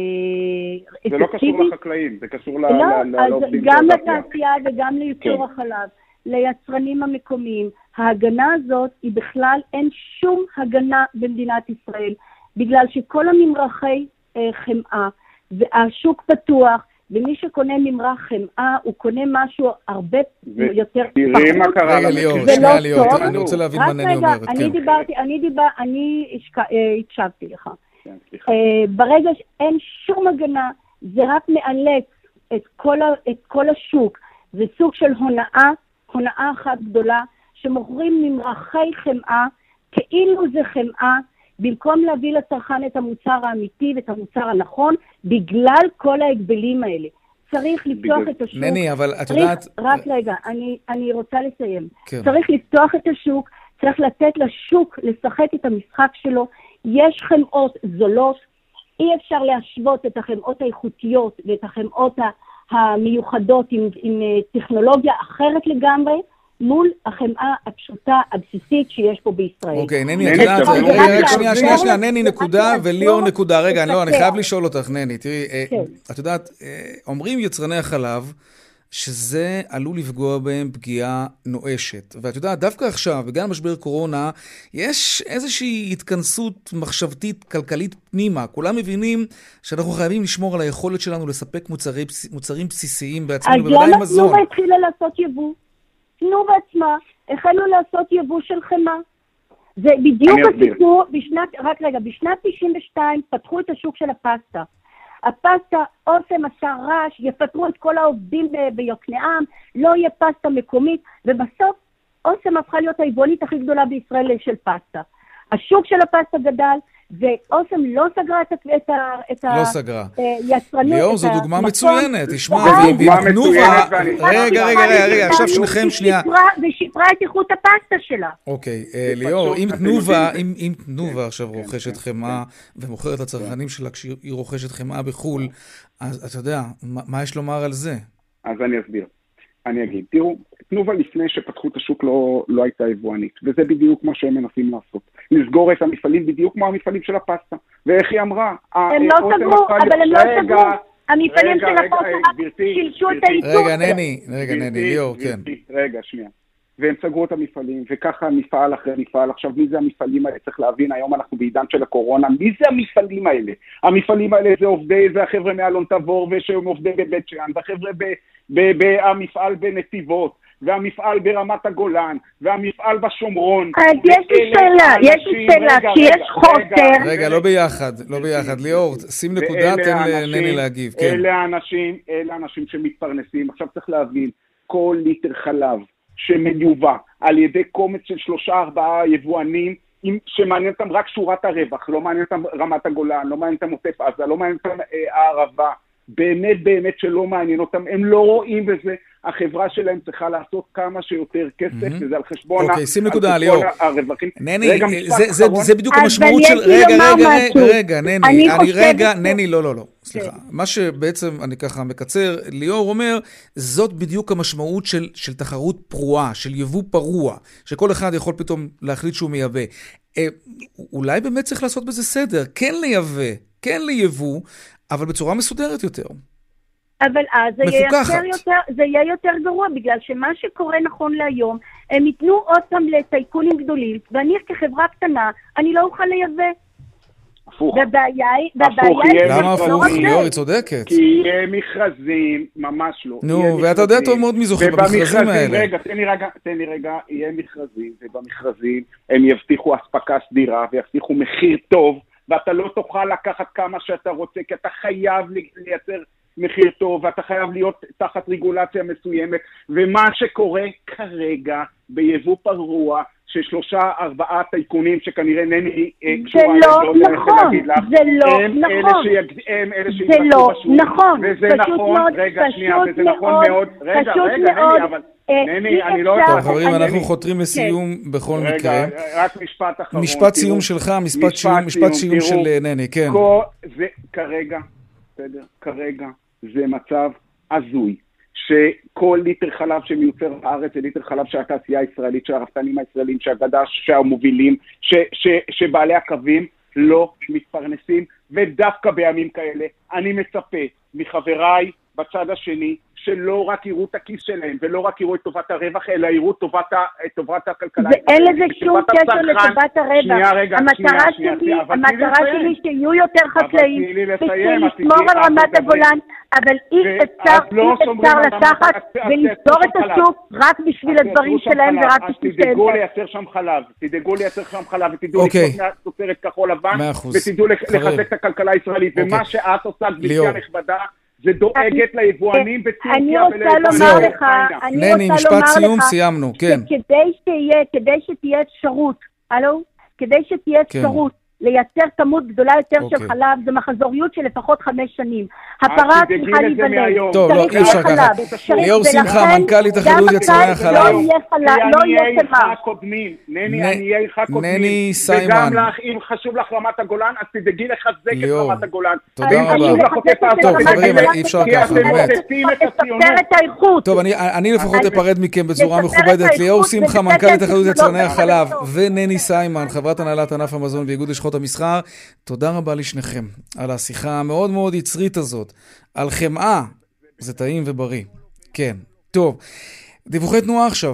L: לא קשור לחקלאים, זה קשור לעובדים.
K: גם לתעשייה וגם לייצור החלב, ליצרנים המקומיים. ההגנה הזאת היא בכלל, אין שום הגנה במדינת ישראל, בגלל שכל הממרחי חמאה, והשוק פתוח, ומי שקונה ממרח חמאה, הוא קונה משהו הרבה יותר פחות.
L: תראי מה קרה.
B: רגע ליאור, שנייה ליאור, אני רוצה להבין מה נני אומרת.
K: אני דיברתי, אני דיברתי, אני הקשבתי לך. ברגע שאין שום הגנה, זה רק מאלץ את כל השוק. זה סוג של הונאה, הונאה אחת גדולה, שמוכרים ממרחי חמאה, כאילו זה חמאה, במקום להביא לצרכן את המוצר האמיתי ואת המוצר הנכון, בגלל כל ההגבלים האלה. צריך לפתוח את השוק.
B: נני, אבל את יודעת...
K: רק רגע, אני, אני רוצה לסיים. כן. צריך לפתוח את השוק, צריך לתת לשוק לשחק את המשחק שלו. יש חמאות זולות, אי אפשר להשוות את החמאות האיכותיות ואת החמאות המיוחדות עם, עם טכנולוגיה אחרת לגמרי, מול החמאה הפשוטה, הבסיסית שיש פה בישראל.
B: אוקיי, נני, את יודעת, רגע, שנייה, שנייה, שנייה, נני נקודה וליאור נקודה. רגע, לא, אני חייב לשאול אותך, נני, תראי, את יודעת, אומרים יצרני החלב, שזה עלול לפגוע בהם פגיעה נואשת. ואת יודעת, דווקא עכשיו, וגם משבר קורונה, יש איזושהי התכנסות מחשבתית, כלכלית פנימה. כולם מבינים שאנחנו חייבים לשמור על היכולת שלנו לספק מוצרי, מוצרים בסיסיים בעצמנו, בוודאי מזון.
K: אז למה תנובה התחילה לעשות יבוא? תנובה עצמה, החלו לעשות יבוא של חמאה. זה בדיוק הסיפור, בשנת, רק רגע, בשנת תשעים ושתיים פתחו את השוק של הפסטה. הפסטה, אוסם עשה רעש, יפטרו את כל העובדים ב- ביוקנעם, לא יהיה פסטה מקומית, ובסוף אוסם הפכה להיות היבואנית הכי גדולה בישראל של פסטה. השוק של הפסטה גדל, ואוסם לא סגרה את, את, את
B: לא סגרה.
K: היצרנות.
B: ליאור, זו דוגמה מצוינת, תשמע, ועם תנובה, רגע, רגע, רגע, עכשיו שניכם שנייה.
K: ושיפרה את איכות הפסטה שלה.
B: אוקיי, ליאור, אם תנובה, אם תנובה עכשיו רוכשת חמאה, ומוכרת לצרכנים שלה כשהיא רוכשת חמאה בחול, אז אתה יודע, מה יש לומר על זה?
L: אז אני אסביר. אני אגיד, תראו, תנובה לפני שפתחו את השוק לא, לא הייתה יבואנית, וזה בדיוק מה שהם מנסים לעשות. לסגור את המפעלים בדיוק כמו המפעלים של הפסטה. ואיך היא אמרה?
K: הם לא סגרו, אבל הם לא סגרו. המפעלים של הפסטה שילשו את האיסור.
B: רגע, נני, רגע, נני, ליאור, כן.
L: רגע, שנייה. והם סגרו את המפעלים, וככה מפעל אחרי מפעל. עכשיו, מי זה המפעלים האלה? צריך להבין, היום אנחנו בעידן של הקורונה, מי זה המפעלים האלה? המפעלים האלה זה עובדי, זה החבר'ה מאלון תבור, ושהם עובדי בבית שאן, והחבר'ה במפעל בנתיבות, והמפעל ברמת הגולן, והמפעל בשומרון.
K: אז יש לי שאלה, יש לי שאלה, כי יש חוסר.
B: רגע, לא ביחד, לא ביחד. ליאור, שים נקודה, תן לנני להגיב.
L: אלה האנשים, אלה האנשים שמתפרנסים. עכשיו צריך להבין, כל ליטר חלב שמיובא על ידי קומץ של שלושה ארבעה יבואנים, שמעניין אותם רק שורת הרווח, לא מעניין אותם רמת הגולן, לא מעניין אותם עוטף עזה, לא מעניין אותם הערבה, באמת באמת שלא מעניין אותם, הם לא רואים בזה, החברה שלהם צריכה לעשות כמה שיותר כסף, וזה על חשבון הרווחים.
B: נני, זה בדיוק המשמעות של... רגע, רגע, רגע, נני, אני רגע, נני, לא, לא, לא, סליחה. מה שבעצם אני ככה מקצר, ליאור אומר, זאת בדיוק המשמעות של תחרות פרועה, של יבוא פרוע, שכל אחד יכול פתאום להחליט שהוא מייבא. אולי באמת צריך לעשות בזה סדר, כן לייבא, כן ליבוא, אבל בצורה מסודרת יותר.
K: אבל אז זה יהיה יותר, יותר, זה יהיה יותר גרוע, בגלל שמה שקורה נכון להיום, הם ייתנו עוד פעם לטייקונים גדולים, ואני כחברה קטנה, אני לא אוכל לייבא.
L: הפוך.
K: והבעיה היא...
B: למה הפוך? ליאור, היא צודקת.
L: כי יהיה מכרזים, ממש לא.
B: נו, ואתה יודע טוב מאוד מי זוכה במכרזים האלה.
L: רגע, תן לי רגע, תן לי רגע, יהיה מכרזים, ובמכרזים הם יבטיחו הספקה סדירה, ויבטיחו מחיר טוב, ואתה לא תוכל לקחת כמה שאתה רוצה, כי אתה חייב לייצר מחיר טוב, ואתה חייב להיות תחת רגולציה מסוימת, ומה שקורה כרגע ביבוא פרוע, ששלושה ארבעה טייקונים שכנראה נני
K: זה לא נכון, זה לא נכון, זה לא נכון,
L: וזה נכון, רגע שנייה, וזה נכון מאוד, רגע, רגע, נני, אבל נני, אני לא...
B: טוב, חברים, אנחנו חותרים לסיום בכל מקרה.
L: רגע, רק משפט אחרון.
B: משפט סיום שלך, משפט סיום של נני, כן.
L: זה כרגע, בסדר, כרגע זה מצב הזוי, שכל ליטר חלב שמיוצר בארץ זה ליטר חלב של התעשייה הישראלית, של הרפתנים הישראלים, שהגדה שהמובילים, ש, ש, שבעלי הקווים לא מתפרנסים, ודווקא בימים כאלה אני מצפה מחבריי בצד השני, שלא רק יראו את הכיס שלהם, ולא רק יראו את טובת הרווח, אלא יראו טובת, את טובת הכלכלה.
K: ואין לזה שום קשר לטובת הרווח. שנייה, רגע, המטרה שנייה, שלי, שנייה, המטרה שלי שיהיו יותר חקלאים, ושלשמור על רמת הגולן, אבל אי אפשר,
L: לא
K: אי אפשר לקחת ולסגור את השוק רק בשביל הדברים שלהם ורק בשביל שלהם.
L: תדאגו לייצר שם חלב, תדאגו לייצר שם חלב, ותדעו לקנות תוצרת כחול לבן, ותדעו לחזק את הכלכלה הישראלית. ומה שאת עושה, גברתי נכבדה, זה דואגת ליבואנים בטורקיה
K: וליבואנים.
B: נני, משפט סיום, סיימנו, כן.
K: כדי שתהיה אפשרות, הלו? כדי שתהיה אפשרות לייצר כמות גדולה יותר של חלב, זה מחזוריות של לפחות חמש שנים. הפרה צריכה להיוולד.
B: טוב, לא, אי אפשר ככה. ליאור שמחה, מנכ"לית התאחדות יצרני החלב.
K: לא יהיה חלב.
L: נני, עניי עירך קודמים.
B: נני סיימן.
L: וגם לך, אם חשוב לך רמת הגולן, אז תדאגי לחזק את רמת הגולן.
B: תודה רבה. טוב, חברים, אי אפשר ככה, באמת. טוב, אני לפחות אפרד מכם בצורה מכובדת. ליאור שמחה, מנכ"לית התאחדות יצרני החלב, ונני סיימן, חברת הנהלת ענף המזון ואיגוד לשכות המסחר. תודה רבה לשניכם על השיחה המאוד מאוד יצרית הזאת, על חמאה, זה טעים ובריא. כן, טוב. דיווחי תנועה עכשיו.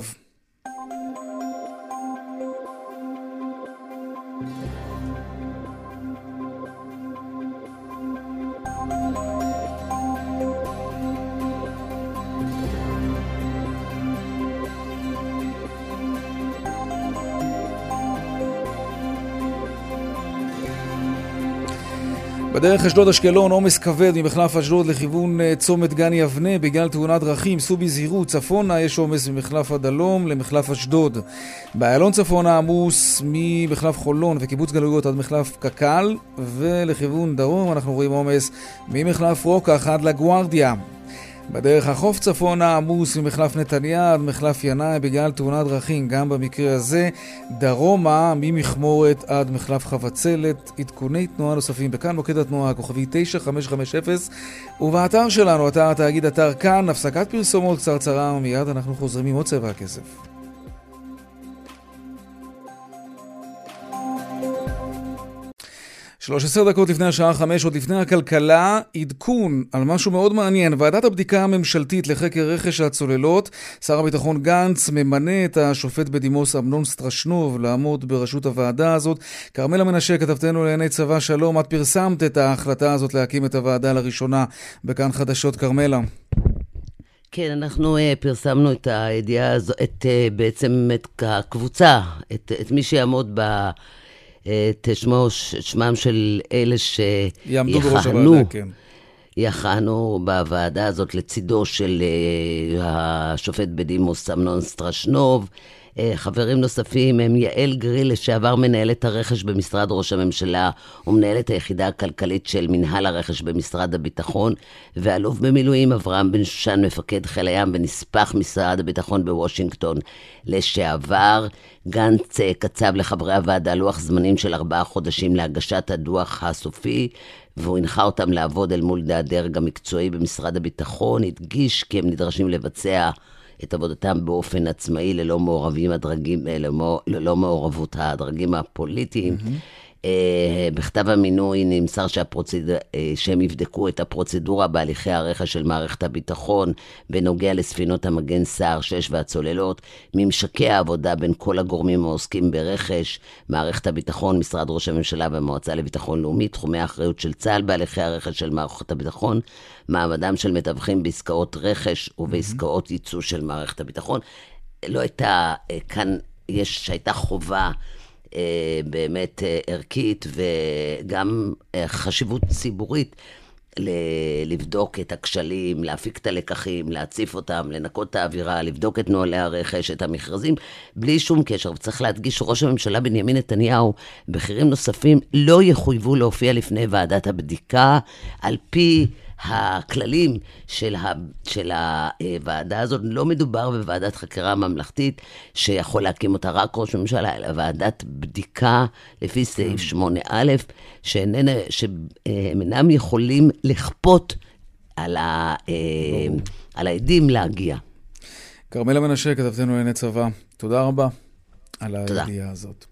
B: בדרך אשדוד אשקלון עומס כבד ממחלף אשדוד לכיוון צומת גני אבנה בגלל תאונת דרכים. סעו בזהירות. צפונה יש עומס ממחלף הדלום למחלף אשדוד. באיילון צפונה עמוס ממחלף חולון וקיבוץ גלויות עד מחלף קקל, ולכיוון דרום אנחנו רואים עומס ממחלף רוקח עד לגוארדיה. בדרך החוף צפונה עמוס ממחלף נתניה עד מחלף ינאי בגלל תאונת דרכים. גם במקרה הזה דרומה ממכמורת עד מחלף חבצלת. עדכוני תנועה נוספים בכאן מוקד התנועה כוכבי תשע חמש חמש אפס ובאתר שלנו, אתר התאגיד, אתר כאן. הפסקת פרסומות קצרצרה ומיד אנחנו חוזרים עם עוד צבע הכסף. שלוש עשרה דקות לפני השעה חמש, עוד לפני הכלכלה, עדכון על משהו מאוד מעניין. ועדת הבדיקה הממשלתית לחקר רכש הצוללות, שר הביטחון גנץ ממנה את השופט בדימוס אמנון סטרשנוב לעמוד בראשות הוועדה הזאת. כרמלה מנשה, כתבתנו לענייני צבא, שלום. את פרסמת את ההחלטה הזאת להקים את הוועדה לראשונה בכאן חדשות. כרמלה.
M: כן, אנחנו uh, פרסמנו את הידיעה הזו, את uh, בעצם את הקבוצה, את, את מי שיעמוד ב... את שמו, שמם של אלה שיחנו, כן. יכנו בוועדה הזאת לצידו של uh, השופט בדימוס אמנון סטרשנוב. Uh, חברים נוספים הם יעל גריל, לשעבר מנהלת הרכש במשרד ראש הממשלה ומנהלת היחידה הכלכלית של מנהל הרכש במשרד הביטחון, ואלוף במילואים אברהם בן שושן, מפקד חיל הים ונספח משרד הביטחון בוושינגטון לשעבר. גנץ קצב לחברי הוועדה לוח זמנים של ארבעה חודשים להגשת הדוח הסופי, והוא הנחה אותם לעבוד אל מול הדרג המקצועי במשרד הביטחון. הדגיש כי הם נדרשים לבצע את עבודתם באופן עצמאי ללא מעורבים הדרגים, ללא, ללא מעורבות הדרגים הפוליטיים. Mm-hmm. בכתב המינוי נמסר שהפרוצד... שהם יבדקו את הפרוצדורה בהליכי הרכש של מערכת הביטחון בנוגע לספינות המגן סער שש והצוללות, ממשקי העבודה בין כל הגורמים העוסקים ברכש, מערכת הביטחון, משרד ראש הממשלה והמועצה לביטחון לאומי, תחומי האחריות של צה"ל בהליכי הרכש של מערכת הביטחון, מעמדם של מתווכים בעסקאות רכש ובעסקאות ייצוא של מערכת הביטחון. לא הייתה, כאן יש, שהייתה חובה באמת ערכית וגם חשיבות ציבורית לבדוק את הכשלים, להפיק את הלקחים, להציף אותם, לנקות את האווירה, לבדוק את נוהלי הרכש, את המכרזים, בלי שום קשר. וצריך להדגיש שראש הממשלה בנימין נתניהו, בכירים נוספים, לא יחויבו להופיע לפני ועדת הבדיקה, על פי הכללים של, ה, של הוועדה הזאת. לא מדובר בוועדת חקירה ממלכתית שיכול להקים אותה רק ראש הממשלה, אלא ועדת בדיקה לפי סעיף שמונה א', שאיננה, שהם אינם יכולים לכפות על, ה, על העדים להגיע.
B: כרמלה מנשה, כתבתנו לענייני צבא, תודה רבה על הידיעה הזאת.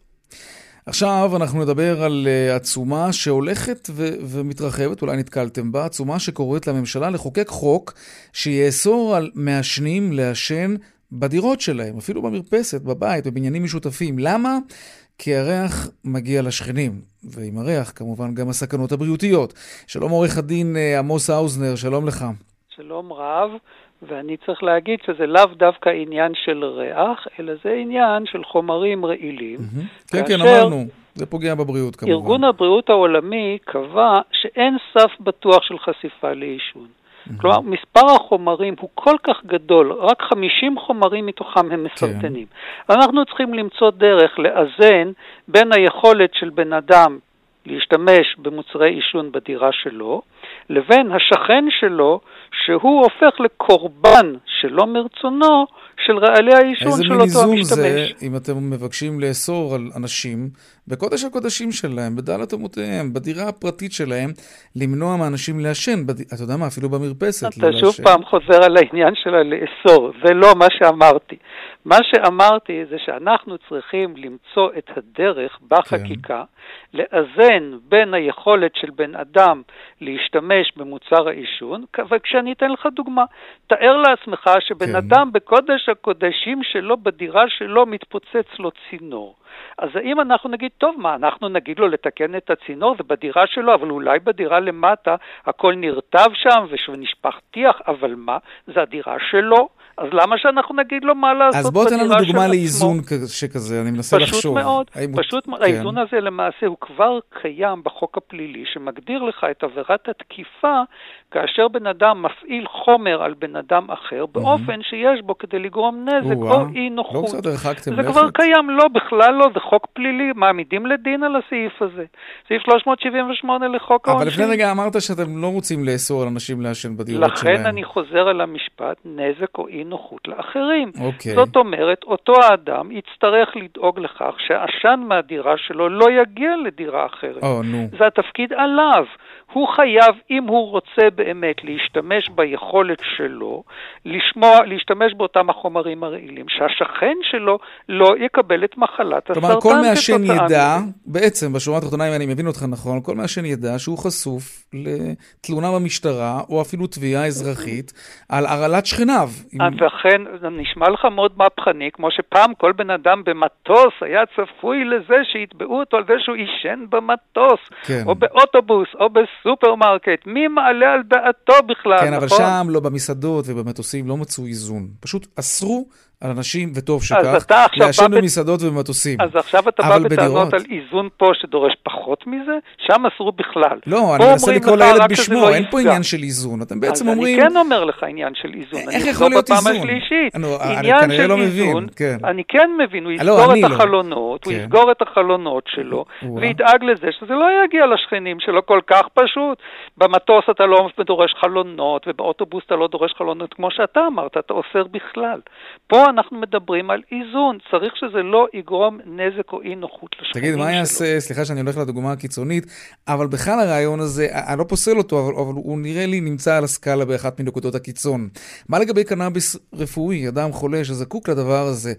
B: עכשיו אנחנו נדבר על uh, עצומה שהולכת ו- ומתרחבת, אולי נתקלתם בה, עצומה שקוראת לממשלה לחוקק חוק שיאסור על מעשנים לעשן בדירות שלהם, אפילו במרפסת, בבית, בבניינים משותפים. למה? כי הריח מגיע לשכנים, ועם הריח כמובן גם הסכנות הבריאותיות. שלום עורך הדין uh, עמוס האוזנר, שלום לך.
N: שלום רב. ואני צריך להגיד שזה לאו דווקא עניין של ריח, אלא זה עניין של חומרים רעילים.
B: כן, כן, אמרנו, זה פוגע בבריאות כמובן.
N: ארגון הבריאות העולמי קבע שאין סף בטוח של חשיפה לעישון. כלומר, מספר החומרים הוא כל כך גדול, רק חמישים חומרים מתוכם הם מסרטנים. אנחנו צריכים למצוא דרך לאזן בין היכולת של בן אדם להשתמש במוצרי עישון בדירה שלו, לבין השכן שלו, שהוא הופך לקורבן שלא מרצונו של רעלי העישון של אותו המשתמש.
B: איזה מין איזון זה, אם אתם מבקשים לאסור על אנשים, בקודש הקודשים שלהם, בדלת אמותיהם, בדירה הפרטית שלהם, למנוע מאנשים לעשן, בד... אתה יודע מה, אפילו במרפסת.
N: אתה לא שוב פעם חוזר על העניין שלה לאסור, זה לא מה שאמרתי. מה שאמרתי זה שאנחנו צריכים למצוא את הדרך בחקיקה, כן. לאזן בין היכולת של בן אדם להשתמש במוצר העישון, וכשאני אתן לך דוגמה, תאר לעצמך שבן כן. אדם בקודש הקודשים שלו, בדירה שלו, מתפוצץ לו צינור. אז האם אנחנו נגיד, טוב, מה, אנחנו נגיד לו לתקן את הצינור, זה בדירה שלו, אבל אולי בדירה למטה הכל נרטב שם ונשפך טיח, אבל מה, זה הדירה שלו? אז למה שאנחנו נגיד לו מה לעשות?
B: אז בוא תן לנו דוגמה לאיזון שכזה, אני מנסה לחשוב.
N: פשוט מאוד, פשוט מאוד. האיזון הזה למעשה הוא כבר קיים בחוק הפלילי, שמגדיר לך את עבירת התקיפה, כאשר בן אדם מפעיל חומר על בן אדם אחר, באופן שיש בו כדי לגרום נזק או אי נוחות.
B: לא קצת הרחקתם
N: לכת. זה כבר קיים, לא, בכלל לא, זה חוק פלילי, מעמידים לדין על הסעיף הזה. סעיף שלוש מאות שבעים ושמונה לחוק העונשין.
B: אבל לפני רגע אמרת שאתם לא רוצים לאסור על אנשים לעשן בדירות שלהם.
N: לכן אני חוזר על המשפט, נזק או אי נוחות לאחרים. Okay. זאת אומרת, אותו האדם יצטרך לדאוג לכך שהעשן מהדירה שלו לא יגיע לדירה אחרת.
B: Oh, no.
N: זה התפקיד עליו. הוא חייב, אם הוא רוצה באמת להשתמש ביכולת שלו, לשמוע, להשתמש באותם החומרים הרעילים, שהשכן שלו לא יקבל את מחלת הסרטן.
B: כלומר, כל מעשן ידע, בעצם בשורה התחתונה, אם אני מבין אותך נכון, כל מעשן ידע שהוא חשוף לתלונה במשטרה, או אפילו תביעה אזרחית, על הרעלת שכניו.
N: ולכן, זה נשמע לך מאוד מהפכני, כמו שפעם כל בן אדם במטוס היה צפוי לזה שיתבעו אותו על זה שהוא ישן במטוס,
B: כן.
N: או באוטובוס, או בסופרמרקט. מי מעלה על דעתו בכלל,
B: כן,
N: נכון?
B: אבל שם, לא במסעדות ובמטוסים, לא מצאו איזון. פשוט אסרו על אנשים, וטוב שכך, לעשן במסעדות ובמטוסים.
N: אז עכשיו אתה בא בטענות על איזון פה שדורש פחות מזה, שם אסרו בכלל.
B: לא, אני מנסה לקרוא לילד בשמו, אין פה עניין של איזון. אתם בעצם אומרים...
N: אז אני כן אומר לך עניין של איזון.
B: איך יכול להיות איזון? אני כנראה לא מבין.
N: אני כן מבין, הוא יסגור את החלונות, הוא יסגור את החלונות שלו, וידאג לזה שזה לא יגיע לשכנים שלו כל כך פשוט. במטוס אתה לא דורש חלונות, ובאוטובוס אתה לא דורש חלונות, כמו שאתה אמרת, אתה אוסר בכלל. פה אנחנו מדברים על איזון, צריך שזה לא יגרום נזק או אי נוחות לשכנים שלו.
B: תגיד, מה יעשה, סליחה שאני הולך לדוגמה הקיצונית, אבל בכלל הרעיון הזה, אני לא פוסל אותו, אבל, אבל הוא נראה לי נמצא על הסקאלה באחת מנקודות הקיצון. מה לגבי קנאביס רפואי, אדם חולה שזקוק לדבר הזה,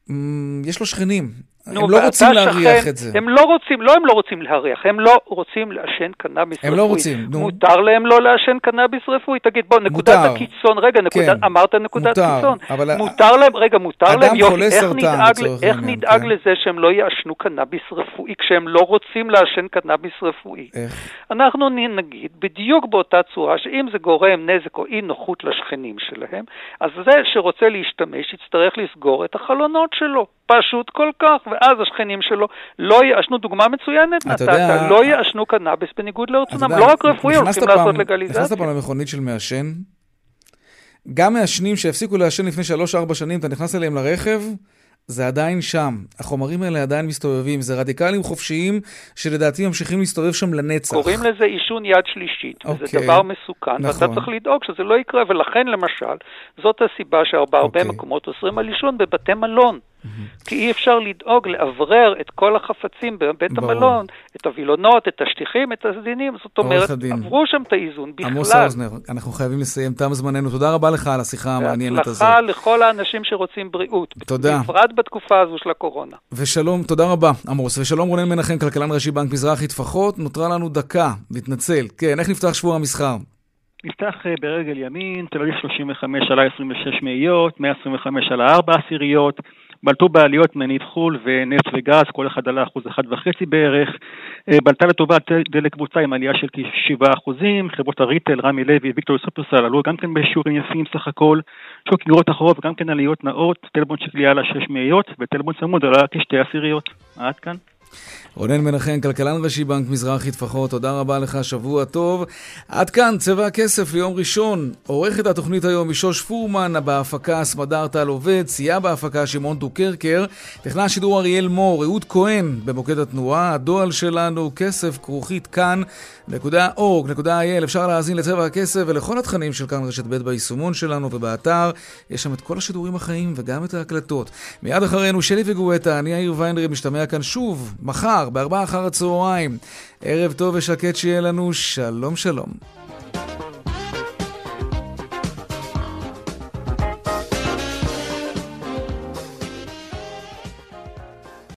B: יש לו שכנים, הם לא רוצים להריח את זה.
N: הם לא רוצים, לא הם לא רוצים להריח, הם לא רוצים לעשן קנאביס רפואי.
B: הם לא רוצים, נו.
N: מותר להם לא לעשן קנאביס רפואי. תגיד, בוא, נקודת הקיצון, רגע, אמרת נקודת קיצון. מותר להם, רגע, מותר להם, איך נדאג לזה שהם לא יעשנו קנאביס רפואי, כשהם לא רוצים לעשן קנאביס רפואי? אנחנו נגיד, בדיוק באותה צורה, שאם זה גורם נזק או אי נוחות לשכנים שלהם, אז זה שרוצה להשתמש, יצטרך לסגור את החלונות שלו. פשוט כל כך, ואז השכנים שלו לא יעשנו, דוגמה מצוינת נתת, לא יעשנו קנאביס בניגוד לרצונם, לא רק רפואי, הולכים לעשות לגליזציה.
B: נכנסת פעם למכונית של מעשן, גם מעשנים שהפסיקו לעשן לפני שלוש ארבע שנים, אתה נכנס אליהם לרכב, זה עדיין שם. החומרים האלה עדיין מסתובבים. זה רדיקלים חופשיים שלדעתי ממשיכים להסתובב שם לנצח.
N: קוראים לזה עישון יד שלישית. Okay. וזה דבר מסוכן. נכון. ואתה צריך לדאוג שזה לא יקרה. ולכן למשל, זאת הסיבה שהרבה okay. מקומות אוסרים על עישון בבתי מלון. כי אי אפשר לדאוג לאוורר את כל החפצים בבית המלון, את הווילונות, את השטיחים, את הסדינים, זאת אומרת, עברו שם את האיזון בכלל.
B: עמוס האוזנר, אנחנו חייבים לסיים, תם זמננו, תודה רבה לך על השיחה המעניינת הזאת.
N: והצלחה לכל האנשים שרוצים בריאות.
B: תודה.
N: בפרט בתקופה הזו של הקורונה.
B: ושלום, תודה רבה, עמוס, ושלום רונן מנחם, כלכלן ראשי בנק מזרחי טפחות, נותרה לנו דקה, להתנצל. כן, איך נפתח שבוע המסחר?
O: נפתח ברגל ימין, תל אביב שלושים וחמש עלה עשרים ושש מאיות, מאה עשרים וחמש עלה ארבע עשיריות, בלטו בעליות מניב חול ונפט וגז, כל אחד עלה אחוז אחד וחצי בערך, בלטה לטובת דלק קבוצה עם עלייה של כשבעה אחוזים, חברות הריטל, רמי לוי, ויקטור סופרסל עלו גם כן בשיעורים יפים סך הכל, שוק נגרות החרוב גם כן עליות נאות, טלבון שקלי עלה שש מאיות, וטלבון צמוד עלה כשתי עשיריות. עד כאן.
B: רונן מנחם, כלכלן ראשי בנק מזרחי טפחות, תודה רבה לך, שבוע טוב. עד כאן צבע הכסף ליום ראשון. עורכת התוכנית היום היא שוש פורמן, בהפקה סמדר טל עובד, סייע בהפקה שמעון דוקרקר, טכנאי השידור אריאל מור, אהוד כהן במוקד התנועה, הדואל שלנו כסף כרוכית כאן נקודה אורג נקודה איי אל. אפשר להאזין לצבע הכסף ולכל התכנים של כאן רשת ב' ביישומון שלנו ובאתר, יש שם את כל השידורים החיים וגם את ההקלטות. מיד אחרינו שלי וגואטה, אני יאיר ויינרב, משתמע כאן שוב מחר בארבעה אחר הצהריים. ערב טוב ושקט שיהיה לנו, שלום שלום.